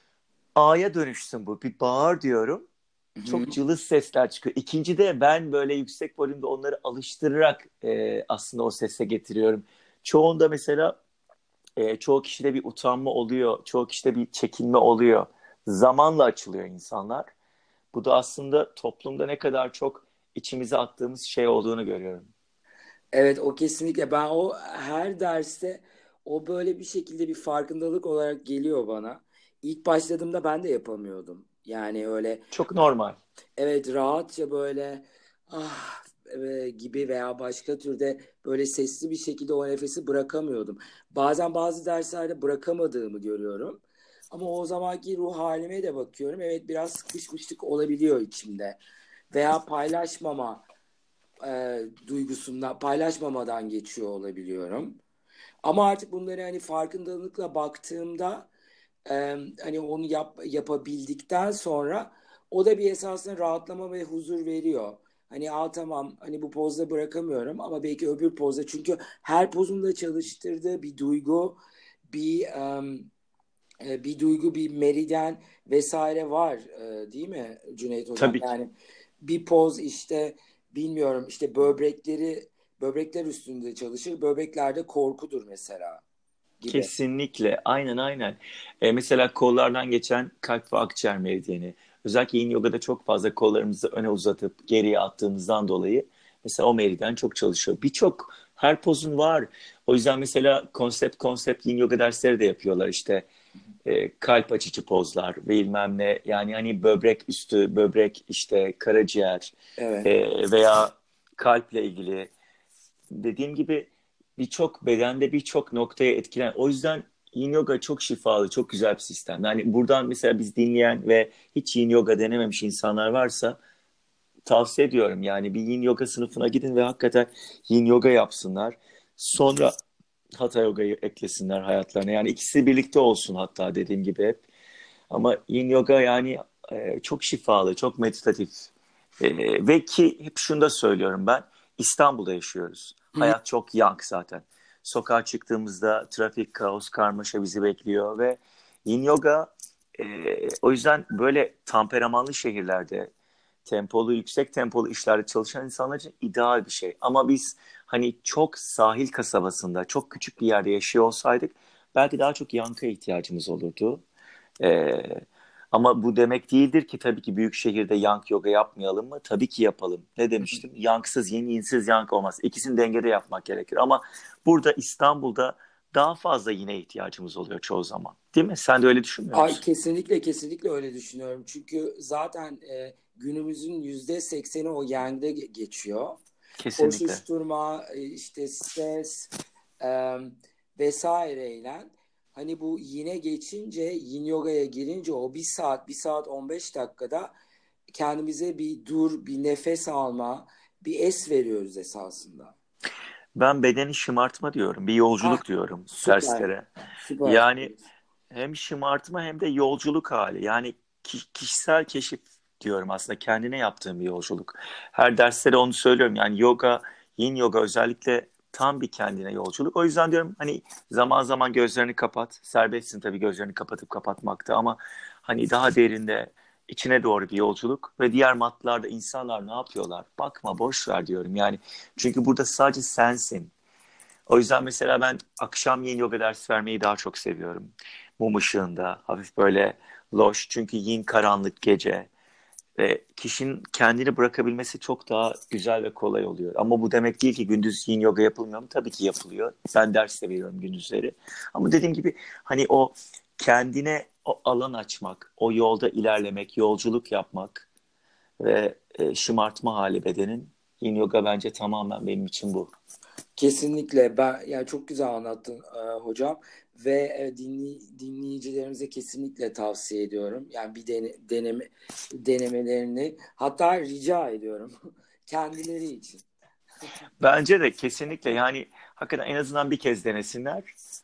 A'ya dönüşsün bu. Bir bağır diyorum. Hı. Çok cılız sesler çıkıyor. İkinci de ben böyle yüksek volümde onları alıştırarak aslında o sese getiriyorum. Çoğunda mesela çoğu kişide bir utanma oluyor, çoğu kişide bir çekinme oluyor. Zamanla açılıyor insanlar. Bu da aslında toplumda ne kadar çok içimize attığımız şey olduğunu görüyorum. Evet, o kesinlikle. Ben o her derste o böyle bir şekilde bir farkındalık olarak geliyor bana. İlk başladığımda ben de yapamıyordum. Yani öyle, Çok normal. evet, rahatça böyle gibi veya başka türde böyle sesli bir şekilde o nefesi bırakamıyordum. Bazen bazı derslerde bırakamadığımı görüyorum. Ama o zamanki ruh halime de bakıyorum. Evet, biraz sıkışmışlık olabiliyor içimde. Veya duygusundan, paylaşmamadan geçiyor olabiliyorum. Ama artık bunları hani farkındalıkla baktığımda e, hani onu yapabildikten sonra o da bir esasında rahatlama ve huzur veriyor. Hani tamam, hani bu pozda bırakamıyorum ama belki öbür pozda, çünkü her pozunda çalıştırdığı bir duygu, bir bir duygu, bir meridyen vesaire var, değil mi Cüneyt Hocam? Tabii ki. Yani bir poz işte, bilmiyorum, işte böbrekler üstünde çalışır. Böbreklerde korkudur mesela gibi. Kesinlikle. Aynen aynen. Mesela kollardan geçen kalp ve akciğer meridyeni. Özellikle yin yogada çok fazla kollarımızı öne uzatıp geriye attığımızdan dolayı mesela o meridyen çok çalışıyor. Birçok her pozun var. O yüzden mesela konsept yin yoga dersleri de yapıyorlar işte. Kalp açıcı pozlar ve bilmem ne. Yani hani böbrek üstü, böbrek işte karaciğer Evet. veya kalple ilgili dediğim gibi birçok bedende birçok noktaya etkilen. O yüzden Yin Yoga çok şifalı, çok güzel bir sistem. Yani buradan mesela biz dinleyen ve hiç Yin Yoga denememiş insanlar varsa tavsiye ediyorum. Yani bir Yin Yoga sınıfına gidin ve hakikaten Yin Yoga yapsınlar. Sonra Hatha Yoga'yı eklesinler hayatlarına. Yani ikisi birlikte olsun hatta dediğim gibi hep. Ama Yin Yoga yani çok şifalı, çok meditatif. Ve ki hep şunu da söylüyorum ben. İstanbul'da yaşıyoruz. Hı. Hayat çok yank zaten. Sokağa çıktığımızda trafik, kaos, karmaşa bizi bekliyor ve Yin Yoga e, o yüzden böyle temperamanlı şehirlerde tempolu, yüksek tempolu işlerde çalışan insanlar için ideal bir şey. Ama biz hani çok sahil kasabasında, çok küçük bir yerde yaşıyor olsaydık belki daha çok yanka ihtiyacımız olurdu. Ee, Ama bu demek değildir ki tabii ki büyük şehirde yank yoga yapmayalım mı? Tabii ki yapalım. Ne demiştim? Yanksız yin, yinsiz yank olmaz. İkisini dengede yapmak gerekir. Ama burada İstanbul'da daha fazla yine ihtiyacımız oluyor çoğu zaman. Değil mi? Sen de öyle düşünmüyor Ay, musun? kesinlikle kesinlikle öyle düşünüyorum. Çünkü zaten günümüzün %80'i o yengde geçiyor. Kesinlikle. Koşuşturma, işte stres e, vesaireyle hani bu yine geçince, yin yogaya girince o bir saat 15 dakikada kendimize bir dur, bir nefes alma, bir es veriyoruz esasında. Ben bedeni şımartma diyorum. Bir Ah, yolculuk diyorum süper, derslere. süper. Yani hem şımartma hem de yolculuk hali. Yani kişisel keşif diyorum aslında kendine yaptığım bir yolculuk. Her derste de onu söylüyorum. Yani yoga, yin yoga özellikle tam bir kendine yolculuk. O yüzden diyorum hani zaman zaman gözlerini kapat. Serbestsin tabii gözlerini kapatıp kapatmakta ama hani daha derinde içine doğru bir yolculuk ve diğer matlarda insanlar ne yapıyorlar? Bakma boş ver diyorum. Yani çünkü burada sadece sensin. O yüzden mesela ben akşam yin yoga dersi vermeyi daha çok seviyorum. Mum ışığında, hafif böyle loş. Çünkü yin karanlık gece ve kişinin kendini bırakabilmesi çok daha güzel ve kolay oluyor. Ama bu demek değil ki gündüz yin yoga yapılmıyor mu? Tabii ki yapılıyor. Ben ders de veriyorum gündüzleri. Ama dediğim gibi hani o kendine o alan açmak, o yolda ilerlemek, yolculuk yapmak ve şımartma hali bedenin. Yin yoga bence tamamen benim için bu. Kesinlikle ben yani çok güzel anlattın hocam ve dinleyicilerimize kesinlikle tavsiye ediyorum. Yani bir denemelerini hatta rica ediyorum kendileri için. Bence de kesinlikle yani hakikaten en azından bir kez denesinler.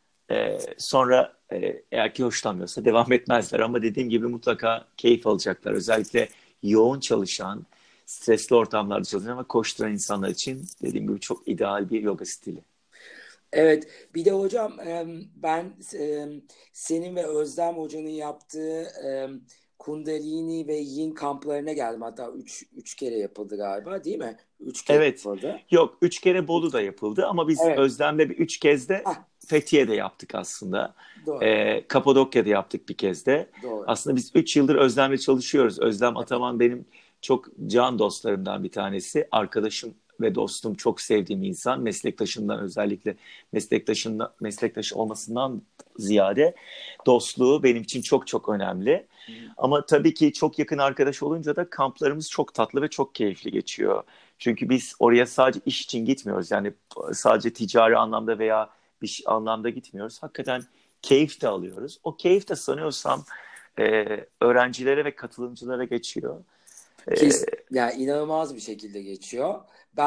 Sonra eğer ki hoşlanmıyorsa devam etmezler. Ama dediğim gibi mutlaka keyif alacaklar. Özellikle yoğun çalışan, stresli ortamlarda çalışan ama koşturan insanlar için dediğim gibi çok ideal bir yoga stili. Evet, bir de hocam ben senin ve Özlem hocanın yaptığı Kundalini ve Yin kamplarına geldim. Hatta üç kere yapıldı galiba, değil mi? Üç kere Evet, yapıldı. yok 3 kere Bolu'da yapıldı ama biz Evet, Özlem'le bir 3 kez de ah, Fethiye'de yaptık aslında. doğru, Kapadokya'da yaptık bir kez de. doğru. Aslında biz 3 yıldır Özlem'le çalışıyoruz. Özlem Ataman benim çok can dostlarımdan bir tanesi. Arkadaşım ve dostum, çok sevdiğim insan. Meslektaşımdan özellikle meslektaş olmasından ziyade dostluğu benim için çok çok önemli. Ama tabii ki çok yakın arkadaş olunca da kamplarımız çok tatlı ve çok keyifli geçiyor. Çünkü biz oraya sadece iş için gitmiyoruz. Yani sadece ticari anlamda veya bir anlamda gitmiyoruz. Hakikaten keyif de alıyoruz. O keyif de sanıyorsam öğrencilere ve katılımcılara geçiyor. E, Yani inanılmaz bir şekilde geçiyor.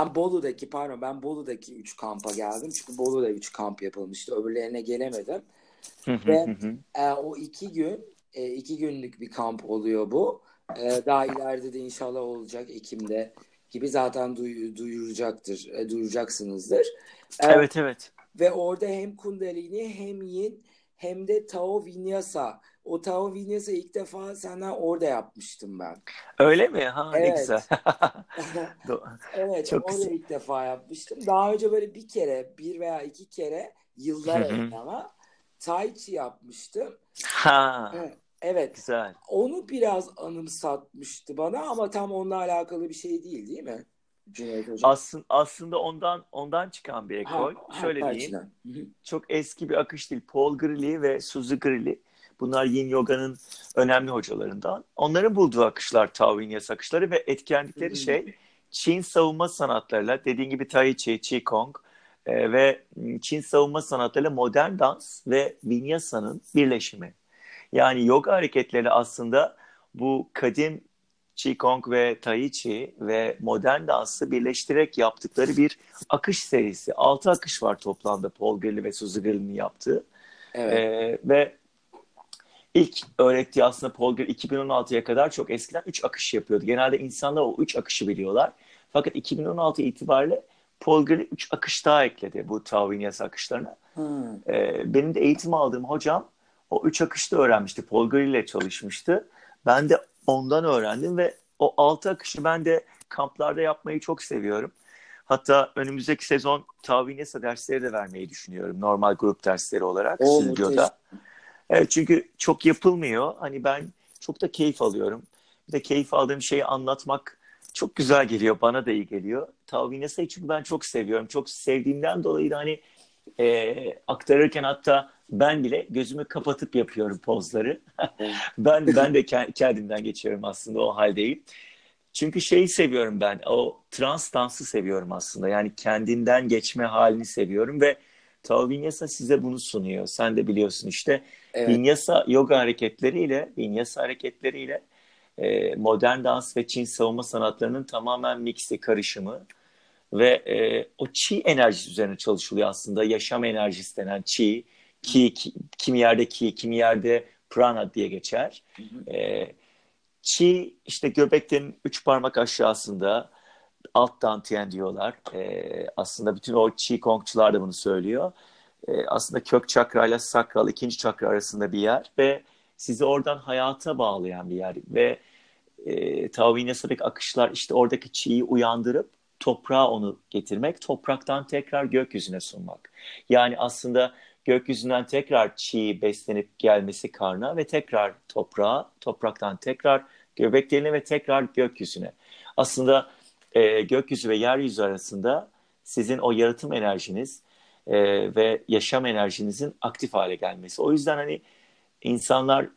Ben Bolu'daki 3 kampa geldim. Çünkü Bolu'da 3 kamp yapılmıştı. Öbürlerine gelemedim. hı hı Ve hı hı. o 2 gün, 2 günlük bir kamp oluyor bu. Daha ileride de inşallah olacak Ekim'de gibi zaten duyuracaksınızdır. E, Evet, evet. ve orada hem Kundalini hem Yin hem de Tao Vinyasa. O Tao Vinyasa ilk defa senden orada yapmıştım ben. Öyle mi? Ha, ne güzel. Evet. Evet, Çok orada güzel. ilk defa yapmıştım. Daha önce böyle bir veya iki kere Hı yıllar hı. önce ama Tai Chi yapmıştım. Ha, Evet, evet. güzel. Onu biraz anımsatmıştı bana ama tam onunla alakalı bir şey değil mi Cüneyt Hocam? Aslında ondan çıkan bir ekol. Şöyle Tai diyeyim. Chi'den. Hı hı. Çok eski bir akış değil. Paul Grilly ve Suzy Grilly. Bunlar Yin Yoga'nın önemli hocalarından. Onların bulduğu akışlar Tao Vinyasa akışları ve Hı etkendikleri hı. şey Çin savunma sanatlarıyla dediğin gibi Tai Chi, Qigong, ve Çin savunma sanatlarıyla modern dans ve Vinyasa'nın birleşimi. Yani yoga hareketleri aslında bu kadim Qigong ve Tai Chi ve modern dansı birleştirerek yaptıkları bir akış serisi. 6 akış var toplamda Paul Grilly ve Suzy Grilly'nin yaptığı. Evet. Ve ilk öğrettiği aslında Paul Grilly 2016'ya kadar çok eskiden 3 akış yapıyordu. Genelde insanlar o 3 akışı biliyorlar. Fakat 2016 itibariyle Paul Grilly 3 akış daha ekledi bu Tao Vinyasa akışlarına. Benim de eğitim aldığım hocam o 3 akışta öğrenmişti. Paul Grilly ile çalışmıştı. Ben de ondan öğrendim ve o 6 akışı ben de kamplarda yapmayı çok seviyorum. Hatta önümüzdeki sezon Tao Vinyasa dersleri de vermeyi düşünüyorum. Normal grup dersleri olarak O muhteşem. stüdyoda. Evet, çünkü çok yapılmıyor. Hani ben çok da keyif alıyorum. Bir de keyif aldığım şeyi anlatmak çok güzel geliyor. Bana da iyi geliyor. Tao Vinyasa'yı çünkü ben çok seviyorum. Çok sevdiğimden dolayı da hani aktarırken hatta ben bile gözümü kapatıp yapıyorum pozları. Ben de kendimden geçiyorum aslında o haldeyim. Çünkü şeyi seviyorum ben. O trans dansı seviyorum aslında. Yani kendinden geçme halini seviyorum ve Tao Vinyasa size bunu sunuyor. Sen de biliyorsun işte. Evet. Vinyasa yoga hareketleriyle, Vinyasa hareketleriyle modern dans ve Çin savunma sanatlarının tamamen miksi, karışımı ve o Qi enerjisi üzerine çalışılıyor aslında. Yaşam enerjisi denen Qi, kimi yerde Qi, kimi yerde Prana diye geçer. E, Qi işte göbeklerin 3 parmak aşağısında alt dantiyen diyorlar. Aslında bütün o Qigongçular da bunu söylüyor. Aslında kök çakra ile sakral ikinci çakra arasında bir yer ve sizi oradan hayata bağlayan bir yer ve Tao Vinyasa'daki akışlar işte oradaki Qi'yi uyandırıp toprağa onu getirmek, topraktan tekrar gökyüzüne sunmak. Yani aslında gökyüzünden tekrar Qi beslenip gelmesi karna ve tekrar toprağa, topraktan tekrar göbeklerine ve tekrar gökyüzüne. Aslında gökyüzü ve yeryüzü arasında sizin o yaratım enerjiniz ve yaşam enerjinizin aktif hale gelmesi. O yüzden hani insanlar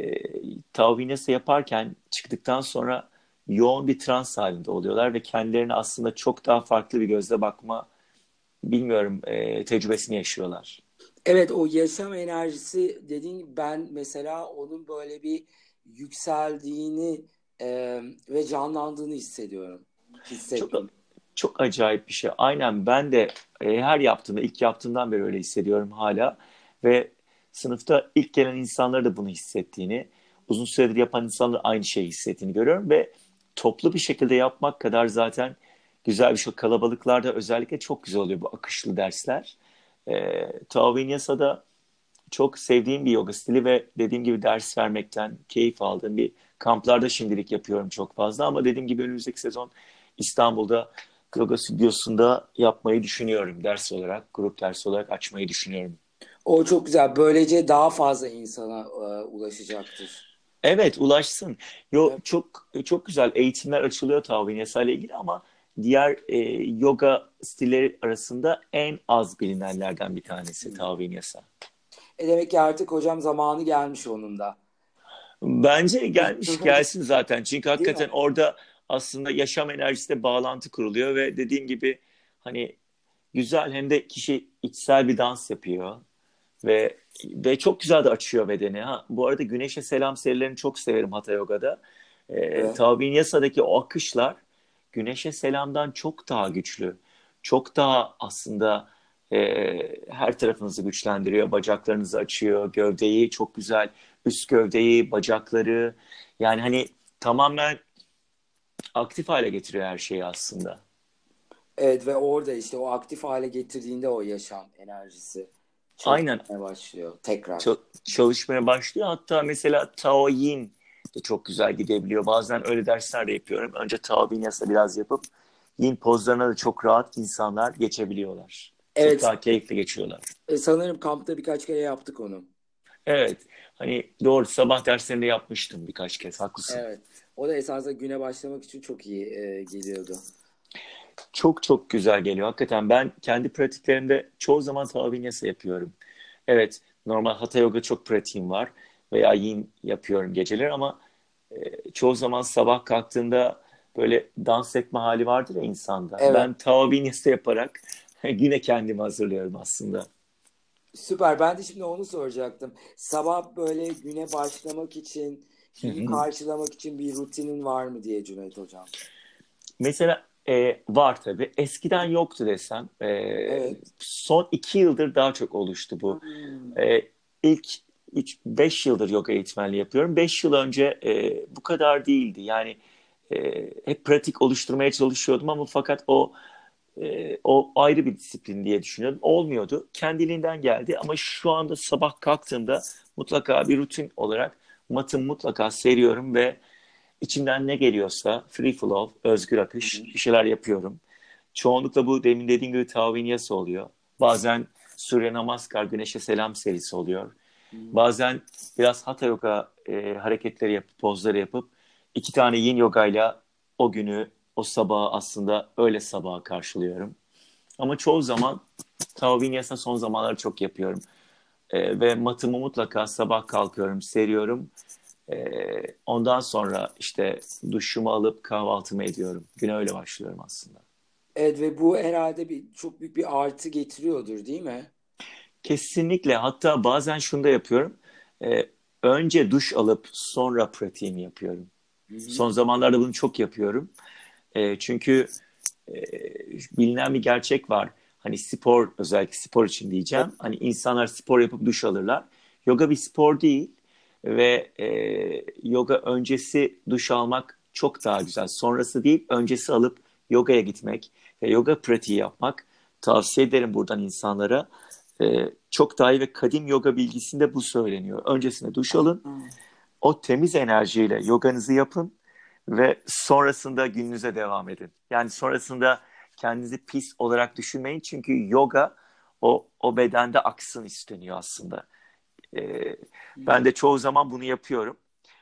Tao Vinyasa yaparken çıktıktan sonra yoğun bir trans halinde oluyorlar ve kendilerine aslında çok daha farklı bir gözle bakma, bilmiyorum, tecrübesini yaşıyorlar. Evet, o yaşam enerjisi dediğin gibi ben mesela onun böyle bir yükseldiğini ve canlandığını hissediyorum. Çok Hissettim. çok acayip bir şey. Aynen ben de her yaptığımda, ilk yaptığımdan beri öyle hissediyorum hala. Ve sınıfta ilk gelen insanlar da bunu hissettiğini, uzun süredir yapan insanlar aynı şeyi hissettiğini görüyorum. Ve toplu bir şekilde yapmak kadar zaten güzel bir şey. Kalabalıklarda özellikle çok güzel oluyor bu akışlı dersler. Tao Vinyasa'da çok sevdiğim bir yoga stili ve dediğim gibi ders vermekten keyif aldığım bir kamplarda şimdilik yapıyorum çok fazla. Ama dediğim gibi önümüzdeki sezon İstanbul'da yoga stüdyosunda yapmayı düşünüyorum ders olarak, grup dersi olarak açmayı düşünüyorum. O çok güzel. Böylece daha fazla insana ulaşacaktır. Evet, ulaşsın. Yo, Evet. çok güzel eğitimler açılıyor Tao Vinyasa ile ilgili ama diğer yoga stilleri arasında en az bilinenlerden bir tanesi Tao Vinyasa. Demek ki artık hocam zamanı gelmiş onun da. Bence gelmiş gelsin zaten. Çünkü Değil mi? hakikaten orada aslında yaşam enerjisiyle bağlantı kuruluyor ve dediğim gibi hani güzel hem de kişi içsel bir dans yapıyor ve çok güzel de açıyor bedeni. Ha, bu arada Güneşe Selam serilerini çok severim Hatha Yoga'da. Evet. Tao Vinyasa'daki o akışlar Güneşe Selam'dan çok daha güçlü. Çok daha aslında her tarafınızı güçlendiriyor. Bacaklarınızı açıyor. Gövdeyi çok güzel. Üst gövdeyi, bacakları. Yani hani tamamen aktif hale getiriyor her şeyi aslında. Evet ve orada işte o aktif hale getirdiğinde o yaşam enerjisi Aynen çalışmaya başlıyor tekrar. çalışmaya başlıyor. Hatta mesela Tao Yin de çok güzel gidebiliyor. Bazen öyle dersler de yapıyorum. Önce Tao Vinyasa biraz yapıp Yin pozlarına da çok rahat insanlar geçebiliyorlar. Çok Evet, daha keyifli geçiyorlar. sanırım kampta birkaç kere yaptık onu. Evet. Hani doğru sabah derslerinde yapmıştım birkaç kez. Haklısın. Evet. O da esasında güne başlamak için çok iyi geliyordu. Çok çok güzel geliyor. Hakikaten ben kendi pratiklerimde çoğu zaman Tao Vinyasa yapıyorum. Evet, normal Hatha Yoga çok pratiğim var veya Yin yapıyorum geceleri ama çoğu zaman sabah kalktığında böyle dans etme hali vardır ya insanda. Evet. Ben Tao Vinyasa yaparak Güne kendimi hazırlıyorum aslında. Süper. Ben de şimdi onu soracaktım. Sabah böyle güne başlamak için, Hı günü hı. karşılamak için bir rutinin var mı diye Cüneyt Hocam. Mesela var tabii. Eskiden yoktu desem. Evet. Son 2 yıldır daha çok oluştu bu. Hmm. E, ilk 5 yıldır yoga eğitmenliği yapıyorum. 5 yıl önce bu kadar değildi. Yani hep pratik oluşturmaya çalışıyordum ama fakat o ayrı bir disiplin diye düşünüyordum. Olmuyordu. Kendiliğinden geldi ama şu anda sabah kalktığımda mutlaka bir rutin olarak matımı mutlaka seriyorum ve içimden ne geliyorsa free flow, özgür Hı akış hı. bir şeyler yapıyorum. Çoğunlukla bu demin dediğim gibi Tao Vinyasa oluyor. Bazen Surya Namaskar, Güneşe Selam serisi oluyor. Hı hı. Bazen biraz Hatha Yoga hareketleri yapıp, pozları yapıp 2 tane Yin Yoga'yla o günü, o sabahı aslında öyle sabaha karşılıyorum. Ama çoğu zaman Tao Vinyasa son zamanları çok yapıyorum. Ve matımı mutlaka sabah kalkıyorum, seriyorum. Ondan sonra işte duşumu alıp kahvaltımı ediyorum. Güne öyle başlıyorum aslında. Evet ve bu herhalde çok büyük bir artı getiriyordur, değil mi? Kesinlikle. Hatta bazen şunu da yapıyorum. Ee, Önce duş alıp sonra pratiğimi yapıyorum. Hı hı. Son zamanlarda bunu çok yapıyorum. Çünkü e, bilinen bir gerçek var. Hani spor, özellikle spor için Evet. diyeceğim. Hani insanlar spor yapıp duş alırlar. Yoga bir spor değil ve yoga öncesi duş almak çok daha güzel. Sonrası değil, öncesi alıp yogaya gitmek ve yoga pratiği yapmak tavsiye ederim buradan insanlara. Çok daha iyi ve kadim yoga bilgisinde bu söyleniyor. Öncesinde duş alın, Aa. o temiz enerjiyle yoganızı yapın ve sonrasında gününüze devam edin. Yani sonrasında kendinizi pis olarak düşünmeyin çünkü yoga o bedende aksın isteniyor aslında. Ee, Ben Hmm. de çoğu zaman bunu yapıyorum.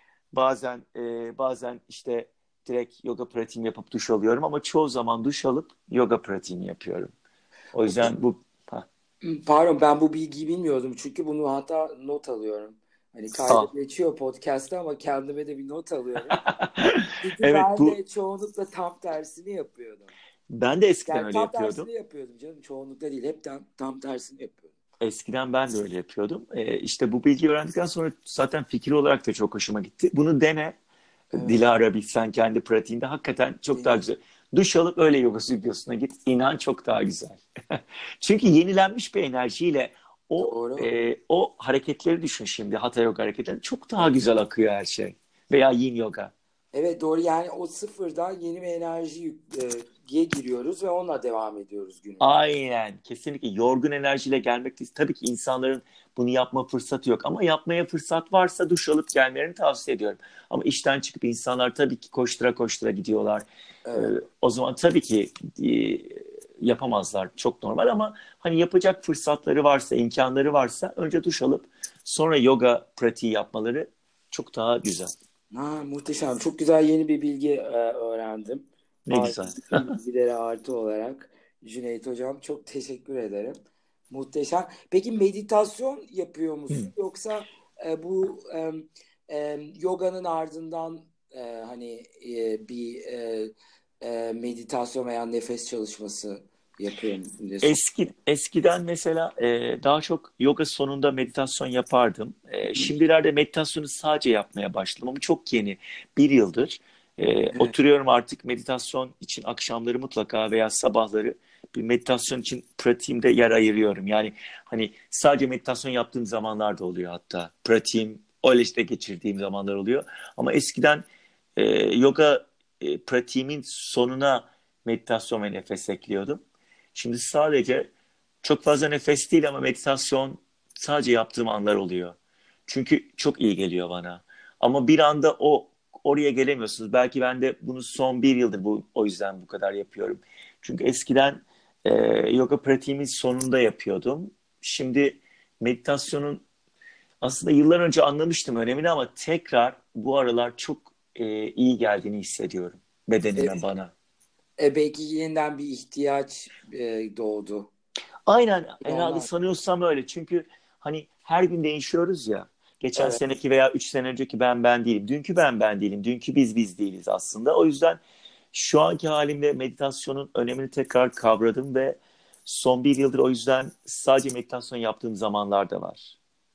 Bazen işte direkt yoga pratiğimi yapıp duş alıyorum ama çoğu zaman duş alıp yoga pratiğimi yapıyorum. O yüzden bu ha, Pardon, ben bu bilgiyi bilmiyordum çünkü bunu hatta not alıyorum. Hani kayda al. geçiyor podcast'ta ama kendime de bir not alıyorum. Çünkü Evet, ben bu de çoğunlukla tam tersini yapıyordum. ben de eskiden Yani öyle tam tersini yapıyordum. yapıyordum canım. Çoğunlukla değil. Hep tam tersini yapıyordum. Eskiden ben de öyle yapıyordum. İşte bu bilgiyi öğrendikten sonra zaten fikir olarak da çok hoşuma gitti. Bunu dene. Evet. Dilara bilsen kendi pratiğinde hakikaten çok daha Deneyim. güzel. Duş alıp öyle yoga stüdyosuna git. İnan çok daha güzel. Çünkü yenilenmiş bir enerjiyle Doğru. o hareketleri düşün şimdi. Hatha yoga hareketleri çok daha Evet. güzel akıyor her şey. Veya yin yoga. Evet doğru, yani o sıfırdan yeni bir enerjiye giriyoruz ve onunla devam ediyoruz günümüz. Aynen. Kesinlikle yorgun enerjiyle gelmek değil. Tabii ki insanların bunu yapma fırsatı yok. Ama yapmaya fırsat varsa duş alıp gelmelerini tavsiye ediyorum. Ama işten çıkıp insanlar tabii ki koştura koştura gidiyorlar. Ee, Evet. O zaman tabii ki yapamazlar. Çok normal ama hani yapacak fırsatları varsa, imkanları varsa önce duş alıp sonra yoga pratiği yapmaları çok daha güzel. Ha, muhteşem. Çok güzel yeni bir bilgi öğrendim. Ne güzel. Bütün bilgilere artı olarak Cüneyt Hocam çok teşekkür ederim. Muhteşem. Peki meditasyon yapıyor Hmm. musun? Yoksa bu yoganın ardından hani meditasyon veya nefes çalışması yapıyor musun diye sor. Eskiden mesela daha çok yoga sonunda meditasyon yapardım. Şimdilerde meditasyonu sadece yapmaya başladım ama çok yeni. 1 yıldır Evet. oturuyorum artık meditasyon için akşamları mutlaka veya sabahları bir meditasyon için pratiğimde yer ayırıyorum. Yani hani sadece meditasyon yaptığım zamanlar da oluyor hatta. Pratiğim öyle işte geçirdiğim zamanlar oluyor. Ama eskiden e, yoga pratiğimin sonuna meditasyon ve nefes ekliyordum. Şimdi sadece çok fazla nefes değil ama meditasyon sadece yaptığım anlar oluyor. Çünkü çok iyi geliyor bana. Ama bir anda oraya gelemiyorsunuz. Belki ben de bunu son 1 yıldır o yüzden bu kadar yapıyorum. Çünkü eskiden e, yoga pratiğimin sonunda yapıyordum. Şimdi meditasyonun aslında yıllar önce anlamıştım önemini ama tekrar bu aralar çok iyi geldiğini hissediyorum bedenime, bana. Belki yeniden bir ihtiyaç doğdu. Aynen herhalde Ondan. sanıyorsam öyle. Çünkü hani her gün değişiyoruz ya. Geçen Evet. seneki veya 3 sene önceki ben değilim. Dünkü ben değilim. Dünkü biz değiliz aslında. O yüzden şu anki halimde meditasyonun önemini tekrar kavradım ve Son bir yıldır o yüzden sadece meditasyon yaptığım zamanlar da var.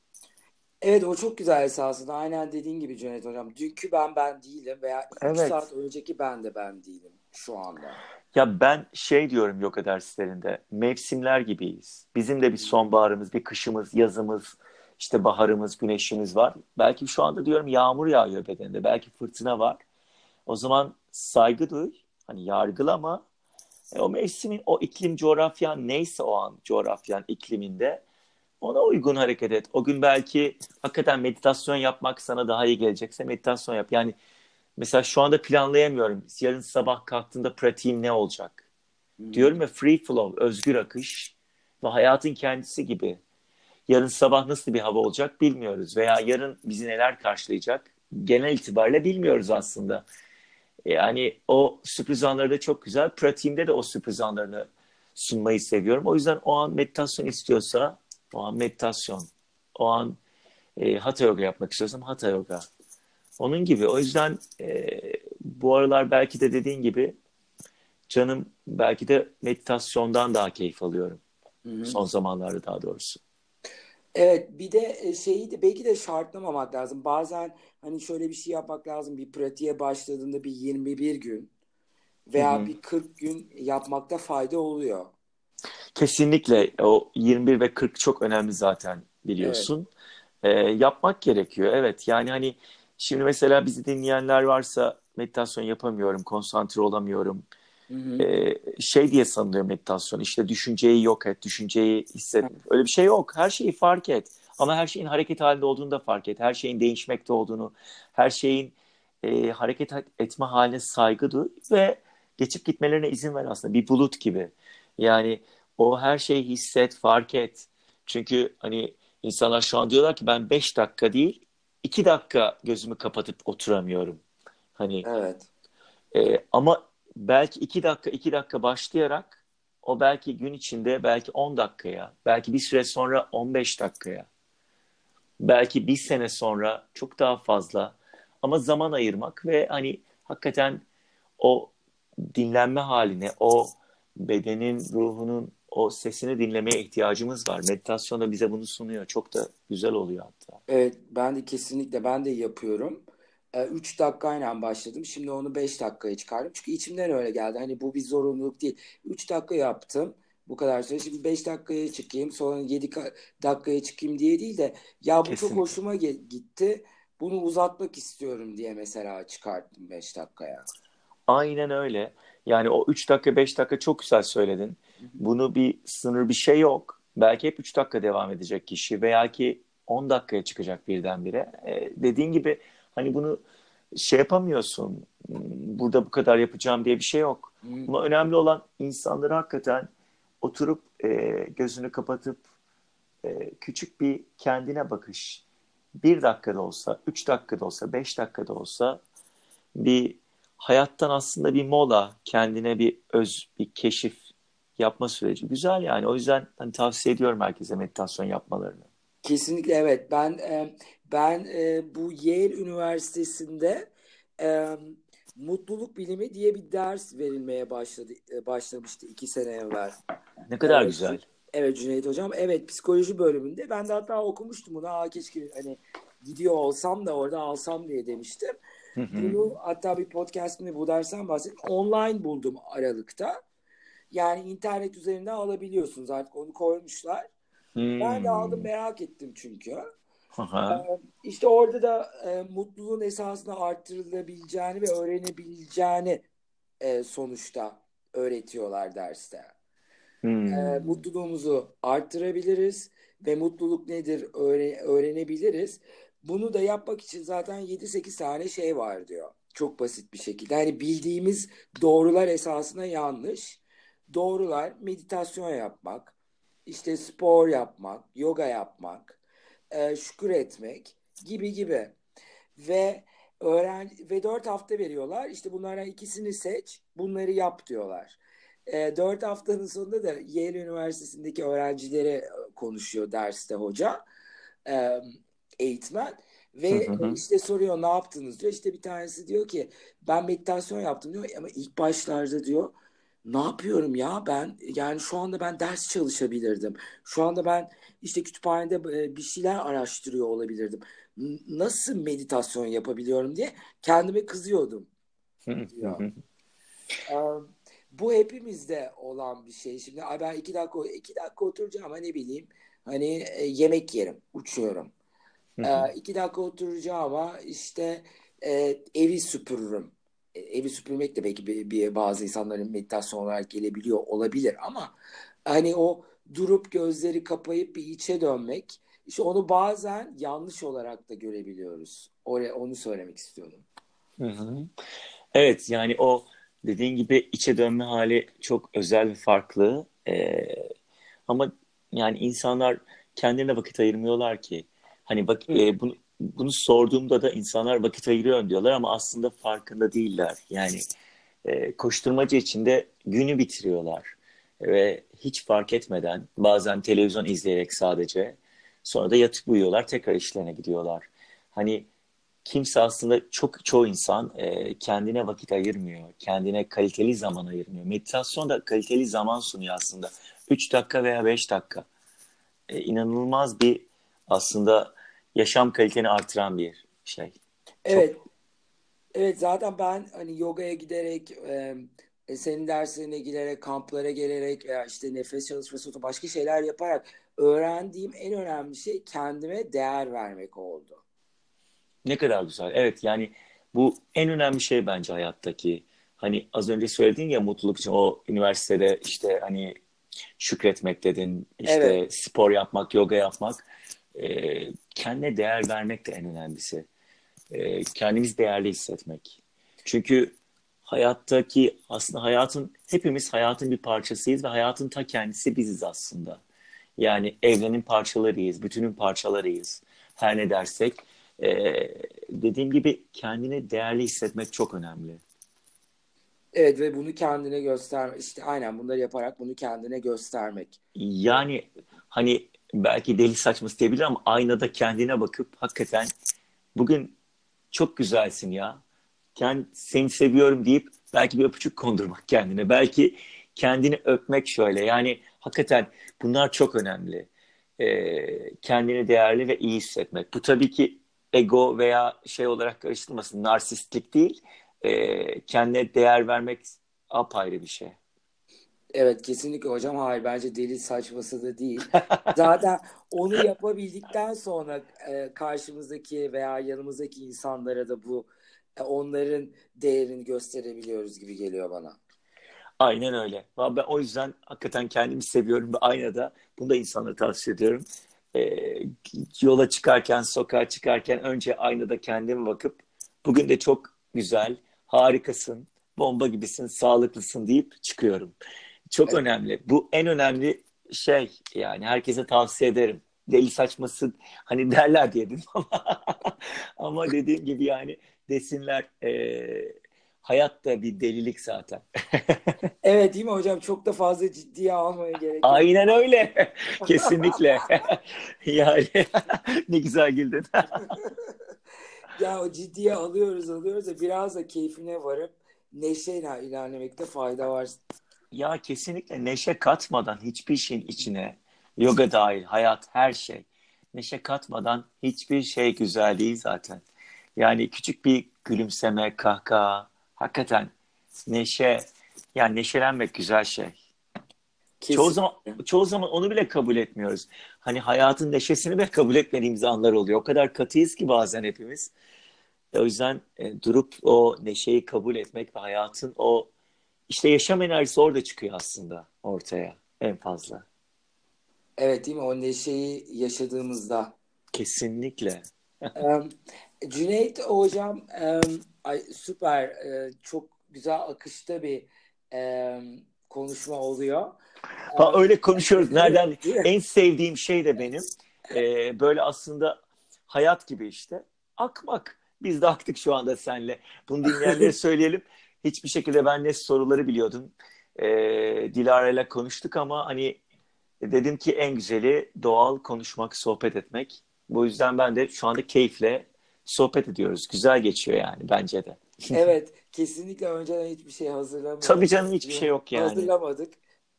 Evet, o çok güzel esasında. Aynen dediğin gibi Cüneyt Hocam. Dünkü ben değilim veya 3 saat Evet. önceki ben değilim şu anda. Ya ben şey diyorum yoga derslerinde, mevsimler gibiyiz. Bizim de bir sonbaharımız, bir kışımız, yazımız, işte baharımız, güneşimiz var. Belki şu anda diyorum yağmur yağıyor bedeninde, belki fırtına var. O zaman saygı duy, hani yargılama. O mevsimin, o iklim coğrafyan neyse o an coğrafyan ikliminde ona uygun hareket et. O gün belki hakikaten meditasyon yapmak sana daha iyi gelecekse meditasyon yap. Yani mesela şu anda planlayamıyorum. Yarın sabah kalktığında pratiğim ne olacak? Hı hı. Diyorum ya, free flow, özgür akış ve hayatın kendisi gibi. Yarın sabah nasıl bir hava olacak bilmiyoruz veya yarın bizi neler karşılayacak genel itibariyle bilmiyoruz aslında. Yani o sürpriz anları da çok güzel. Pratiğimde de o sürpriz anlarını sunmayı seviyorum. O yüzden o an meditasyon istiyorsa o an meditasyon. O an hatha yoga yapmak istiyorsam hatha yoga. Onun gibi. O yüzden bu aralar belki de dediğin gibi canım belki de meditasyondan daha keyif alıyorum. Hı hı. Son zamanlarda daha doğrusu. Evet, bir de şeyi de belki de şartlamamak lazım. Bazen hani şöyle bir şey yapmak lazım. Bir pratiğe başladığında bir 21 gün Hı veya hı. bir 40 gün yapmakta fayda oluyor. Kesinlikle o 21 ve 40 çok önemli zaten Evet. biliyorsun. Yapmak gerekiyor. Evet, yani hani şimdi mesela bizi dinleyenler varsa meditasyon yapamıyorum, konsantre olamıyorum. Hı hı. Şey diye sanılıyor meditasyon, işte düşünceyi yok et, düşünceyi hisset. Öyle bir şey yok. Her şeyi fark et. Ama her şeyin hareket halinde olduğunu da fark et. Her şeyin değişmekte olduğunu, her şeyin hareket etme haline saygı duy ve geçip gitmelerine izin ver aslında. Bir bulut gibi. Yani o her şeyi hisset, fark et. Çünkü hani insanlar şu an diyorlar ki ben 5 dakika değil 2 dakika gözümü kapatıp oturamıyorum. Hani Evet. ama belki 2 dakika başlayarak o belki gün içinde belki 10 dakikaya, belki bir süre sonra 15 dakikaya, belki bir sene sonra çok daha fazla ama zaman ayırmak ve hani hakikaten o dinlenme haline, o bedenin, ruhunun o sesini dinlemeye ihtiyacımız var. Meditasyon da bize bunu sunuyor. Çok da güzel oluyor hatta. Evet, ben de kesinlikle ben de yapıyorum. 3 dakikayla başladım. Şimdi onu 5 dakikaya çıkardım. Çünkü içimden öyle geldi. Hani bu bir zorunluluk değil. 3 dakika yaptım. Bu kadar süre. Şimdi 5 dakikaya çıkayım. Sonra 7 dakikaya çıkayım diye değil de ya bu çok Kesinlikle. hoşuma gitti. Bunu uzatmak istiyorum diye mesela çıkarttım 5 dakikaya. Aynen öyle. Yani o 3 dakika 5 dakika çok güzel söyledin. Bunu bir sınır bir şey yok. Belki hep 3 dakika devam edecek kişi veya ki 10 dakikaya çıkacak birdenbire. Dediğin gibi hani bunu şey yapamıyorsun. Burada bu kadar yapacağım diye bir şey yok. Hı. Ama önemli olan insanları hakikaten oturup gözünü kapatıp küçük bir kendine bakış. 1 dakikada olsa, 3 dakikada olsa, 5 dakikada olsa bir hayattan aslında bir mola, kendine bir bir keşif yapma süreci. Güzel yani. O yüzden hani tavsiye ediyorum herkese meditasyon yapmalarını. Kesinlikle evet. Ben bu Yale Üniversitesi'nde e, mutluluk bilimi diye bir ders verilmeye başlamıştı 2 sene evvel. Ne E, kadar güzel. evet Cüneyt Hocam. Evet, psikoloji bölümünde. Ben de hatta okumuştum bunu. Keşke hani gidiyor olsam da orada alsam diye demiştim. Hı hı. Bunu hatta bir podcast'ımda bu dersten bahsettim. Online buldum Aralık'ta. Yani internet üzerinden alabiliyorsunuz, artık onu koymuşlar. Ben de aldım, Hmm. merak ettim çünkü. Aha. İşte orada da mutluluğun esasında arttırılabileceğini ve öğrenebileceğini sonuçta öğretiyorlar derste. Hmm. Mutluluğumuzu arttırabiliriz ve mutluluk nedir öğrenebiliriz. Bunu da yapmak için zaten 7-8 tane şey var diyor. Çok basit bir şekilde. Yani bildiğimiz doğrular esasında yanlış. Doğrular meditasyon yapmak, işte spor yapmak, yoga yapmak, şükür etmek gibi gibi. Ve 4 hafta veriyorlar. İşte bunlardan ikisini seç, bunları yap diyorlar. 4 haftanın sonunda da Yale Üniversitesi'ndeki öğrencilere konuşuyor derste hoca, e, eğitmen. Ve Hı hı hı. işte soruyor ne yaptınız diyor. İşte bir tanesi diyor ki ben meditasyon yaptım diyor ama ilk başlarda diyor ne yapıyorum ya ben, yani şu anda ben ders çalışabilirdim. Şu anda ben işte kütüphanede bir şeyler araştırıyor olabilirdim. Nasıl meditasyon yapabiliyorum diye kendime kızıyordum diyor. Ee, Bu hepimizde olan bir şey. Şimdi ay ben 2 dakika oturacağım ama ne bileyim hani yemek yerim, uçuyorum. 2 dakika oturacağım ama işte evi süpürürüm. Evi süpürmek de belki bazı insanların meditasyon olarak gelebiliyor olabilir ama hani o durup gözleri kapayıp bir içe dönmek, işte onu bazen yanlış olarak da görebiliyoruz. Onu söylemek istiyordum. Hı hı. Evet, yani o dediğin gibi içe dönme hali çok özel ve farklı. Ama yani insanlar kendilerine vakit ayırmıyorlar ki. Hani bak, Hı. bunu sorduğumda da insanlar vakit ayırıyor diyorlar ama aslında farkında değiller. Yani koşturmacı içinde günü bitiriyorlar ve hiç fark etmeden bazen televizyon izleyerek sadece sonra da yatıp uyuyorlar, tekrar işlerine gidiyorlar. Hani kimse aslında çoğu insan kendine vakit ayırmıyor. Kendine kaliteli zaman ayırmıyor. Meditasyon da kaliteli zaman sunuyor aslında. 3 dakika veya 5 dakika. İnanılmaz bir aslında yaşam kaliteni artıran bir şey. Çok. Evet, evet, zaten ben hani yogaya giderek, senin derslerine giderek, kamplara gelerek veya işte nefes çalışması, başka şeyler yaparak öğrendiğim en önemli şey kendime değer vermek oldu. Ne kadar güzel. Evet, yani bu en önemli şey bence hayattaki. Hani az önce söylediğin ya, mutluluk için o üniversitede işte hani şükretmek dedin, Evet, işte spor yapmak, yoga yapmak. Kendine değer vermek de en önemlisi. Kendimizi değerli hissetmek. Çünkü hayattaki aslında hepimiz hayatın bir parçasıyız ve hayatın ta kendisi biziz aslında. Yani evrenin parçalarıyız, bütünün parçalarıyız. Her ne dersek, dediğim gibi kendini değerli hissetmek çok önemli. evet, ve bunu kendine göster, işte aynen bunları yaparak bunu kendine göstermek. E, Yani hani belki deli saçması diyebilir ama aynada kendine bakıp hakikaten bugün çok güzelsin ya. Seni seviyorum deyip belki bir öpücük kondurmak kendine. Belki kendini öpmek şöyle. Yani hakikaten bunlar çok önemli. Kendini değerli ve iyi hissetmek. Bu tabii ki ego veya şey olarak karıştırmasın. Narsistlik değil. Kendine değer vermek apayrı bir şey. Evet, kesinlikle hocam, hayır, bence deli saçması da değil. Zaten onu yapabildikten sonra karşımızdaki veya yanımızdaki insanlara da onların değerini gösterebiliyoruz gibi geliyor bana. Aynen öyle. Vallahi ben o yüzden hakikaten kendimi seviyorum ve aynada bunu da insanlara tavsiye ediyorum. Ee, Yola çıkarken, sokağa çıkarken önce aynada kendime bakıp bugün de çok güzel, harikasın, bomba gibisin, sağlıklısın deyip çıkıyorum. Çok Evet, önemli. Bu en önemli şey, yani herkese tavsiye ederim. Deli saçması hani derler diye dedim ama ama dediğim gibi yani desinler, hayat da bir delilik zaten. evet, değil mi hocam? Çok da fazla ciddiye almaya gerek yok. Aynen öyle. Kesinlikle. Yani ne güzel güldün. Ya o ciddiye alıyoruz da biraz da keyfine varıp neşeyle ilerlemekte fayda var. Ya kesinlikle neşe katmadan hiçbir şeyin içine, yoga dahil, hayat, her şey. Neşe katmadan hiçbir şey güzel değil zaten. Yani küçük bir gülümseme, kahkaha, hakikaten neşe, yani neşelenmek güzel şey. Çoğu zaman Kesinlikle. çoğu zaman onu bile kabul etmiyoruz. Hani hayatın neşesini bile kabul etmediğimiz anlar oluyor. O kadar katıyız ki bazen hepimiz. O yüzden durup o neşeyi kabul etmek ve hayatın o işte yaşam enerjisi orada çıkıyor aslında ortaya en fazla. Evet, değil mi? O neşeyi yaşadığımızda. Kesinlikle. Em, Cüneyt hocam, ay, süper, çok güzel akışta bir konuşma oluyor. Ha, Em, öyle konuşuyoruz. Nereden? Değil mi? En sevdiğim şey de benim. Böyle aslında hayat gibi işte. Akmak. Biz de aktık şu anda seninle. Bunu dinleyenlere söyleyelim. Hiçbir şekilde ben ne soruları biliyordum. Dilara ile konuştuk ama hani dedim ki en güzeli doğal konuşmak, sohbet etmek. Bu yüzden ben de şu anda keyifle sohbet ediyoruz. Güzel geçiyor yani bence de. Evet, Kesinlikle önceden hiçbir şey Tabii hazırlamıyoruz. canım, hiçbir şey yok yani. Hazırlamadık.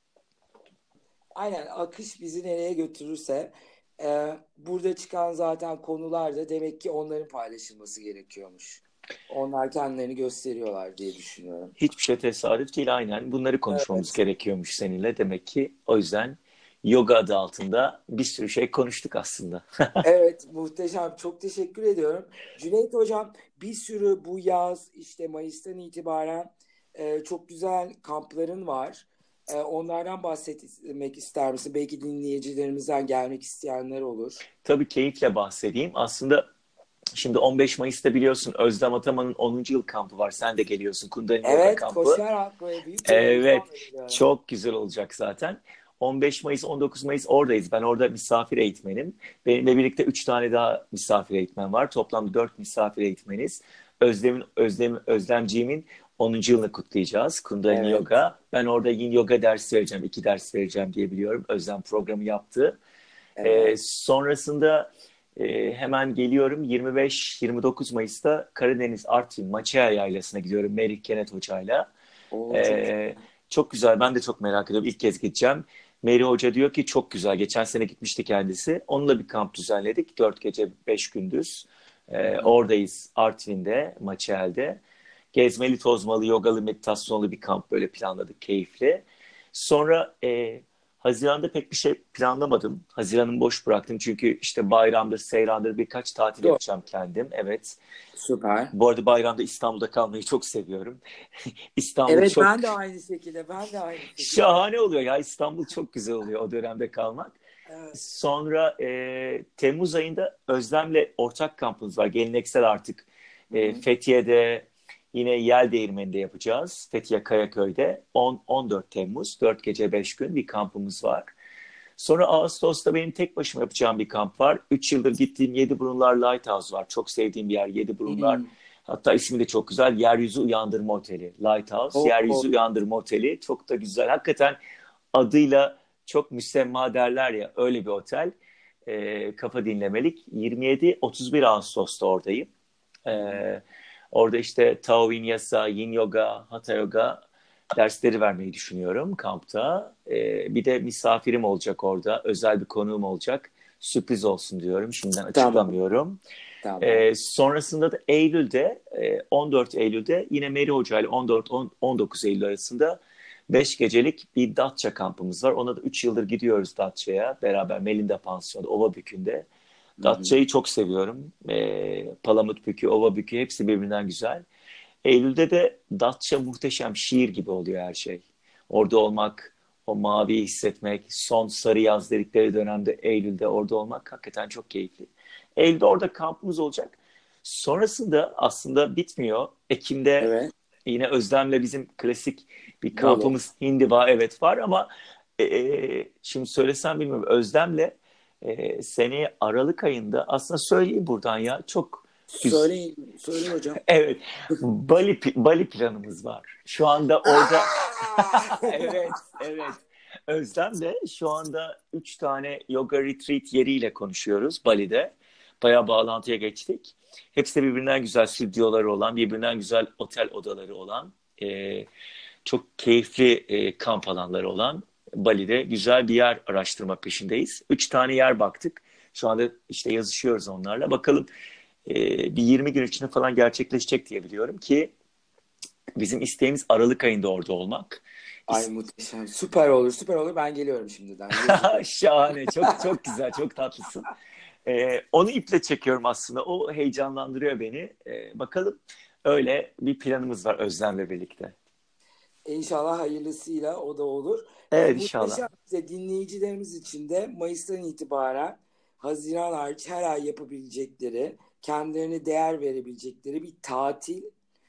Aynen, akış bizi nereye götürürse burada çıkan zaten konular da demek ki onların paylaşılması gerekiyormuş. Onlar kendilerini gösteriyorlar diye düşünüyorum. Hiçbir şey tesadüf değil, aynen. Bunları konuşmamız Evet. gerekiyormuş seninle. Demek ki o yüzden yoga adı altında bir sürü şey konuştuk aslında. Evet, muhteşem. Çok teşekkür ediyorum. Cüneyt Hocam, bir sürü bu yaz işte Mayıs'tan itibaren çok güzel kampların var. Onlardan bahsetmek ister misin? Belki dinleyicilerimizden gelmek isteyenler olur. Tabii, keyifle bahsedeyim. Aslında şimdi 15 Mayıs'ta biliyorsun Özlem Ataman'ın 10. yıl kampı var. Sen de geliyorsun, Kundalini Yoga Evet, kampı. koşarak böyle büyük bir Evet, heyecanla geliyorum. çok güzel olacak zaten. 15 Mayıs, 19 Mayıs oradayız. Ben orada misafir eğitmenim. Benimle birlikte 3 tane daha misafir eğitmen var. Toplam 4 misafir eğitmeniz. Özlemciğimin 10. yılını kutlayacağız. Kundalini Evet, Yoga. Ben orada Yin Yoga dersi vereceğim. 2 ders vereceğim diye biliyorum. Özlem programı yaptı. evet. Sonrasında hemen geliyorum. 25-29 Mayıs'ta Karadeniz Artvin Maçaya Yaylası'na gidiyorum Merih Kenet Hoca'yla. Oo, çok Ee, çok güzel. Ben de çok merak ediyorum. İlk kez gideceğim. Merih Hoca diyor ki çok güzel. Geçen sene gitmişti kendisi. Onunla bir kamp düzenledik. 4 gece 5 gündüz. güzel. Oradayız Artvin'de, Maçel'de. Gezmeli, tozmalı, yogalı, meditasyonlu bir kamp böyle planladık, keyifli. Sonra Haziran'da pek bir şey planlamadım. Haziran'ı boş bıraktım çünkü işte bayramdır, seyrandır birkaç tatil Doğru. yapacağım kendim. Evet. Süper. Bu arada bayramda İstanbul'da kalmayı çok seviyorum. İstanbul Evet, çok ben de aynı şekilde. Ben de aynı şekilde. şahane oluyor ya. İstanbul çok güzel oluyor o dönemde kalmak. Evet. Sonra Temmuz ayında Özlem'le ortak kampımız var. Geleneksel artık. Hı hı. Fethiye'de yine Yel Değirmeni'nde yapacağız. Fethiye Kayaköy'de 14 Temmuz 4 gece 5 gün bir kampımız var. Sonra Ağustos'ta benim tek başıma yapacağım bir kamp var. 3 yıldır gittiğim Yediburunlar Lighthouse var. Çok sevdiğim bir yer Yediburunlar. Hmm. Hatta ismi de çok güzel. Yeryüzü Uyandırma Oteli. Lighthouse, Oo. Yeryüzü Uyandırma Oteli. Çok da güzel. Hakikaten adıyla çok müsemma derler ya. Öyle bir otel. Kafa dinlemelik. 27-31 Ağustos'ta oradayım. Hı hı. Ee, orada işte Tao Vinyasa, Yin Yoga, Hatha Yoga dersleri vermeyi düşünüyorum kampta. Bir de misafirim olacak orada. Özel bir konuğum olacak. Sürpriz olsun diyorum. Şimdiden Tamam, açıklamıyorum. tamam. Sonrasında da Eylül'de 14 Eylül'de yine Meri Hoca ile 14-19 Eylül arasında 5 gecelik bir Datça kampımız var. Ona da 3 yıldır gidiyoruz Datça'ya beraber Melinda Pansiyonu Ovabükü'nde. Hı hı. Datça'yı çok seviyorum. Palamutbükü, Ovabükü hepsi birbirinden güzel. Eylül'de de Datça muhteşem, şiir gibi oluyor her şey. Orada olmak, o maviyi hissetmek, son sarı yaz dedikleri dönemde Eylül'de orada olmak hakikaten çok keyifli. Eylül'de orada kampımız olacak. Sonrasında aslında bitmiyor. Ekim'de Evet. yine Özlem'le bizim klasik bir Bolu. kampımız Hindiba, evet, var ama şimdi söylesem bilmiyorum. Özlem'le seneye Aralık ayında aslında söyleyeyim buradan ya, çok güzel. Söyleyin, söyle hocam. Evet, Bali planımız var. Şu anda orada Aa! evet, evet. Özlem de şu anda 3 tane yoga retreat yeriyle konuşuyoruz Bali'de. Bayağı bağlantıya geçtik. Hepsi de birbirinden güzel stüdyoları olan, birbirinden güzel otel odaları olan, e, çok keyifli kamp alanları olan Bali'de güzel bir yer araştırma peşindeyiz. 3 tane yer baktık. Şu anda işte yazışıyoruz onlarla. Bakalım bir 20 gün içinde falan gerçekleşecek diye biliyorum ki bizim isteğimiz Aralık ayında orada olmak. Ay, muhteşem. Süper olur, süper olur. Ben geliyorum şimdiden. Yazıyorum. Şahane, çok çok güzel, çok tatlısın. Onu iple çekiyorum aslında. O heyecanlandırıyor beni. Bakalım, öyle bir planımız var Özlem'le birlikte. İnşallah hayırlısıyla o da olur. Evet, inşallah. Muhteşem, bize dinleyicilerimiz için de Mayıs'tan itibaren Haziran hariç her ay yapabilecekleri, kendilerine değer verebilecekleri bir tatil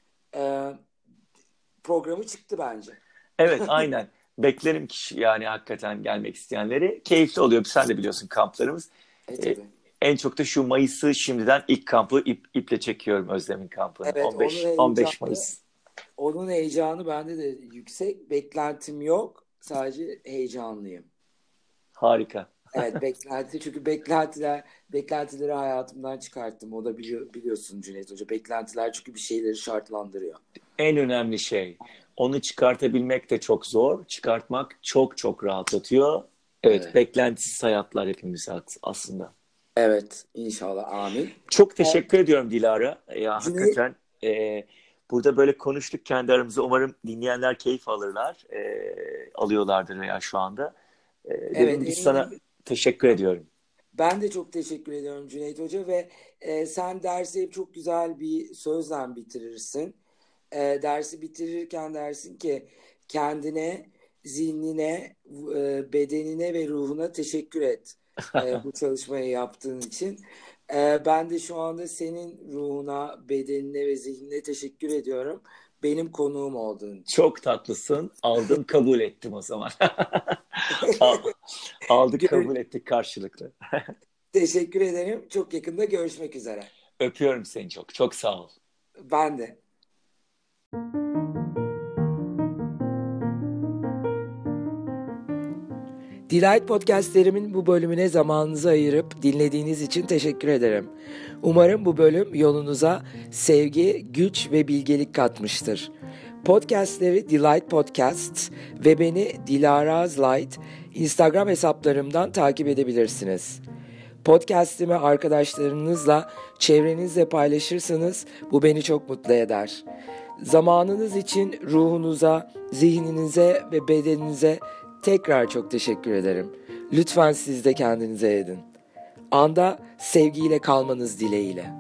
e, programı çıktı bence. Evet, aynen. Beklerim kişi yani hakikaten gelmek isteyenleri. Keyifli oluyor. Sen de biliyorsun kamplarımız. Ee, Tabii. en çok da şu Mayıs'ı şimdiden ilk kampı iple çekiyorum, Özlem'in kampını. Evet, 15 Mayıs. onun heyecanı bende de yüksek. Beklentim yok. Sadece heyecanlıyım. Harika. Evet, çünkü beklentileri hayatımdan çıkarttım. O da biliyorsun Cüneyt Hoca. Beklentiler çünkü bir şeyleri şartlandırıyor. En önemli şey. Onu çıkartabilmek de çok zor. Çıkartmak çok çok rahatlatıyor. Evet, Evet. beklentisiz hayatlar hepimiz aslında. Evet, inşallah. Amin. Çok Ee, teşekkür ediyorum Dilara. Ya Cüneyt, hakikaten burada böyle konuştuk kendi aramızda. Umarım dinleyenler keyif alırlar. Alıyorlardır veya şu anda. evet Dediğim gibi sana eminim. teşekkür ediyorum. Ben de çok teşekkür ediyorum Cüneyt Hoca ve sen dersi hep çok güzel bir sözle bitirirsin. Dersi bitirirken dersin ki kendine, zihnine, bedenine ve ruhuna teşekkür et bu çalışmayı yaptığın için. Ben de şu anda senin ruhuna, bedenine ve zihnine teşekkür ediyorum. Benim konuğum olduğun için. Çok tatlısın. Aldım, kabul ettim o zaman. Aldık, Gör- kabul ettik karşılıklı. Teşekkür ederim. Çok yakında görüşmek üzere. Öpüyorum seni çok. Çok sağ ol. Ben de. Delight Podcast'lerimin bu bölümüne zamanınızı ayırıp dinlediğiniz için teşekkür ederim. Umarım bu bölüm yolunuza sevgi, güç ve bilgelik katmıştır. Podcast'leri Delight Podcasts ve beni Dilara Light Instagram hesaplarımdan takip edebilirsiniz. Podcast'imi arkadaşlarınızla, çevrenizle paylaşırsanız bu beni çok mutlu eder. Zamanınız için ruhunuza, zihninize ve bedeninize tekrar çok teşekkür ederim. Lütfen siz de kendinize edin. Anda sevgiyle kalmanız dileğiyle.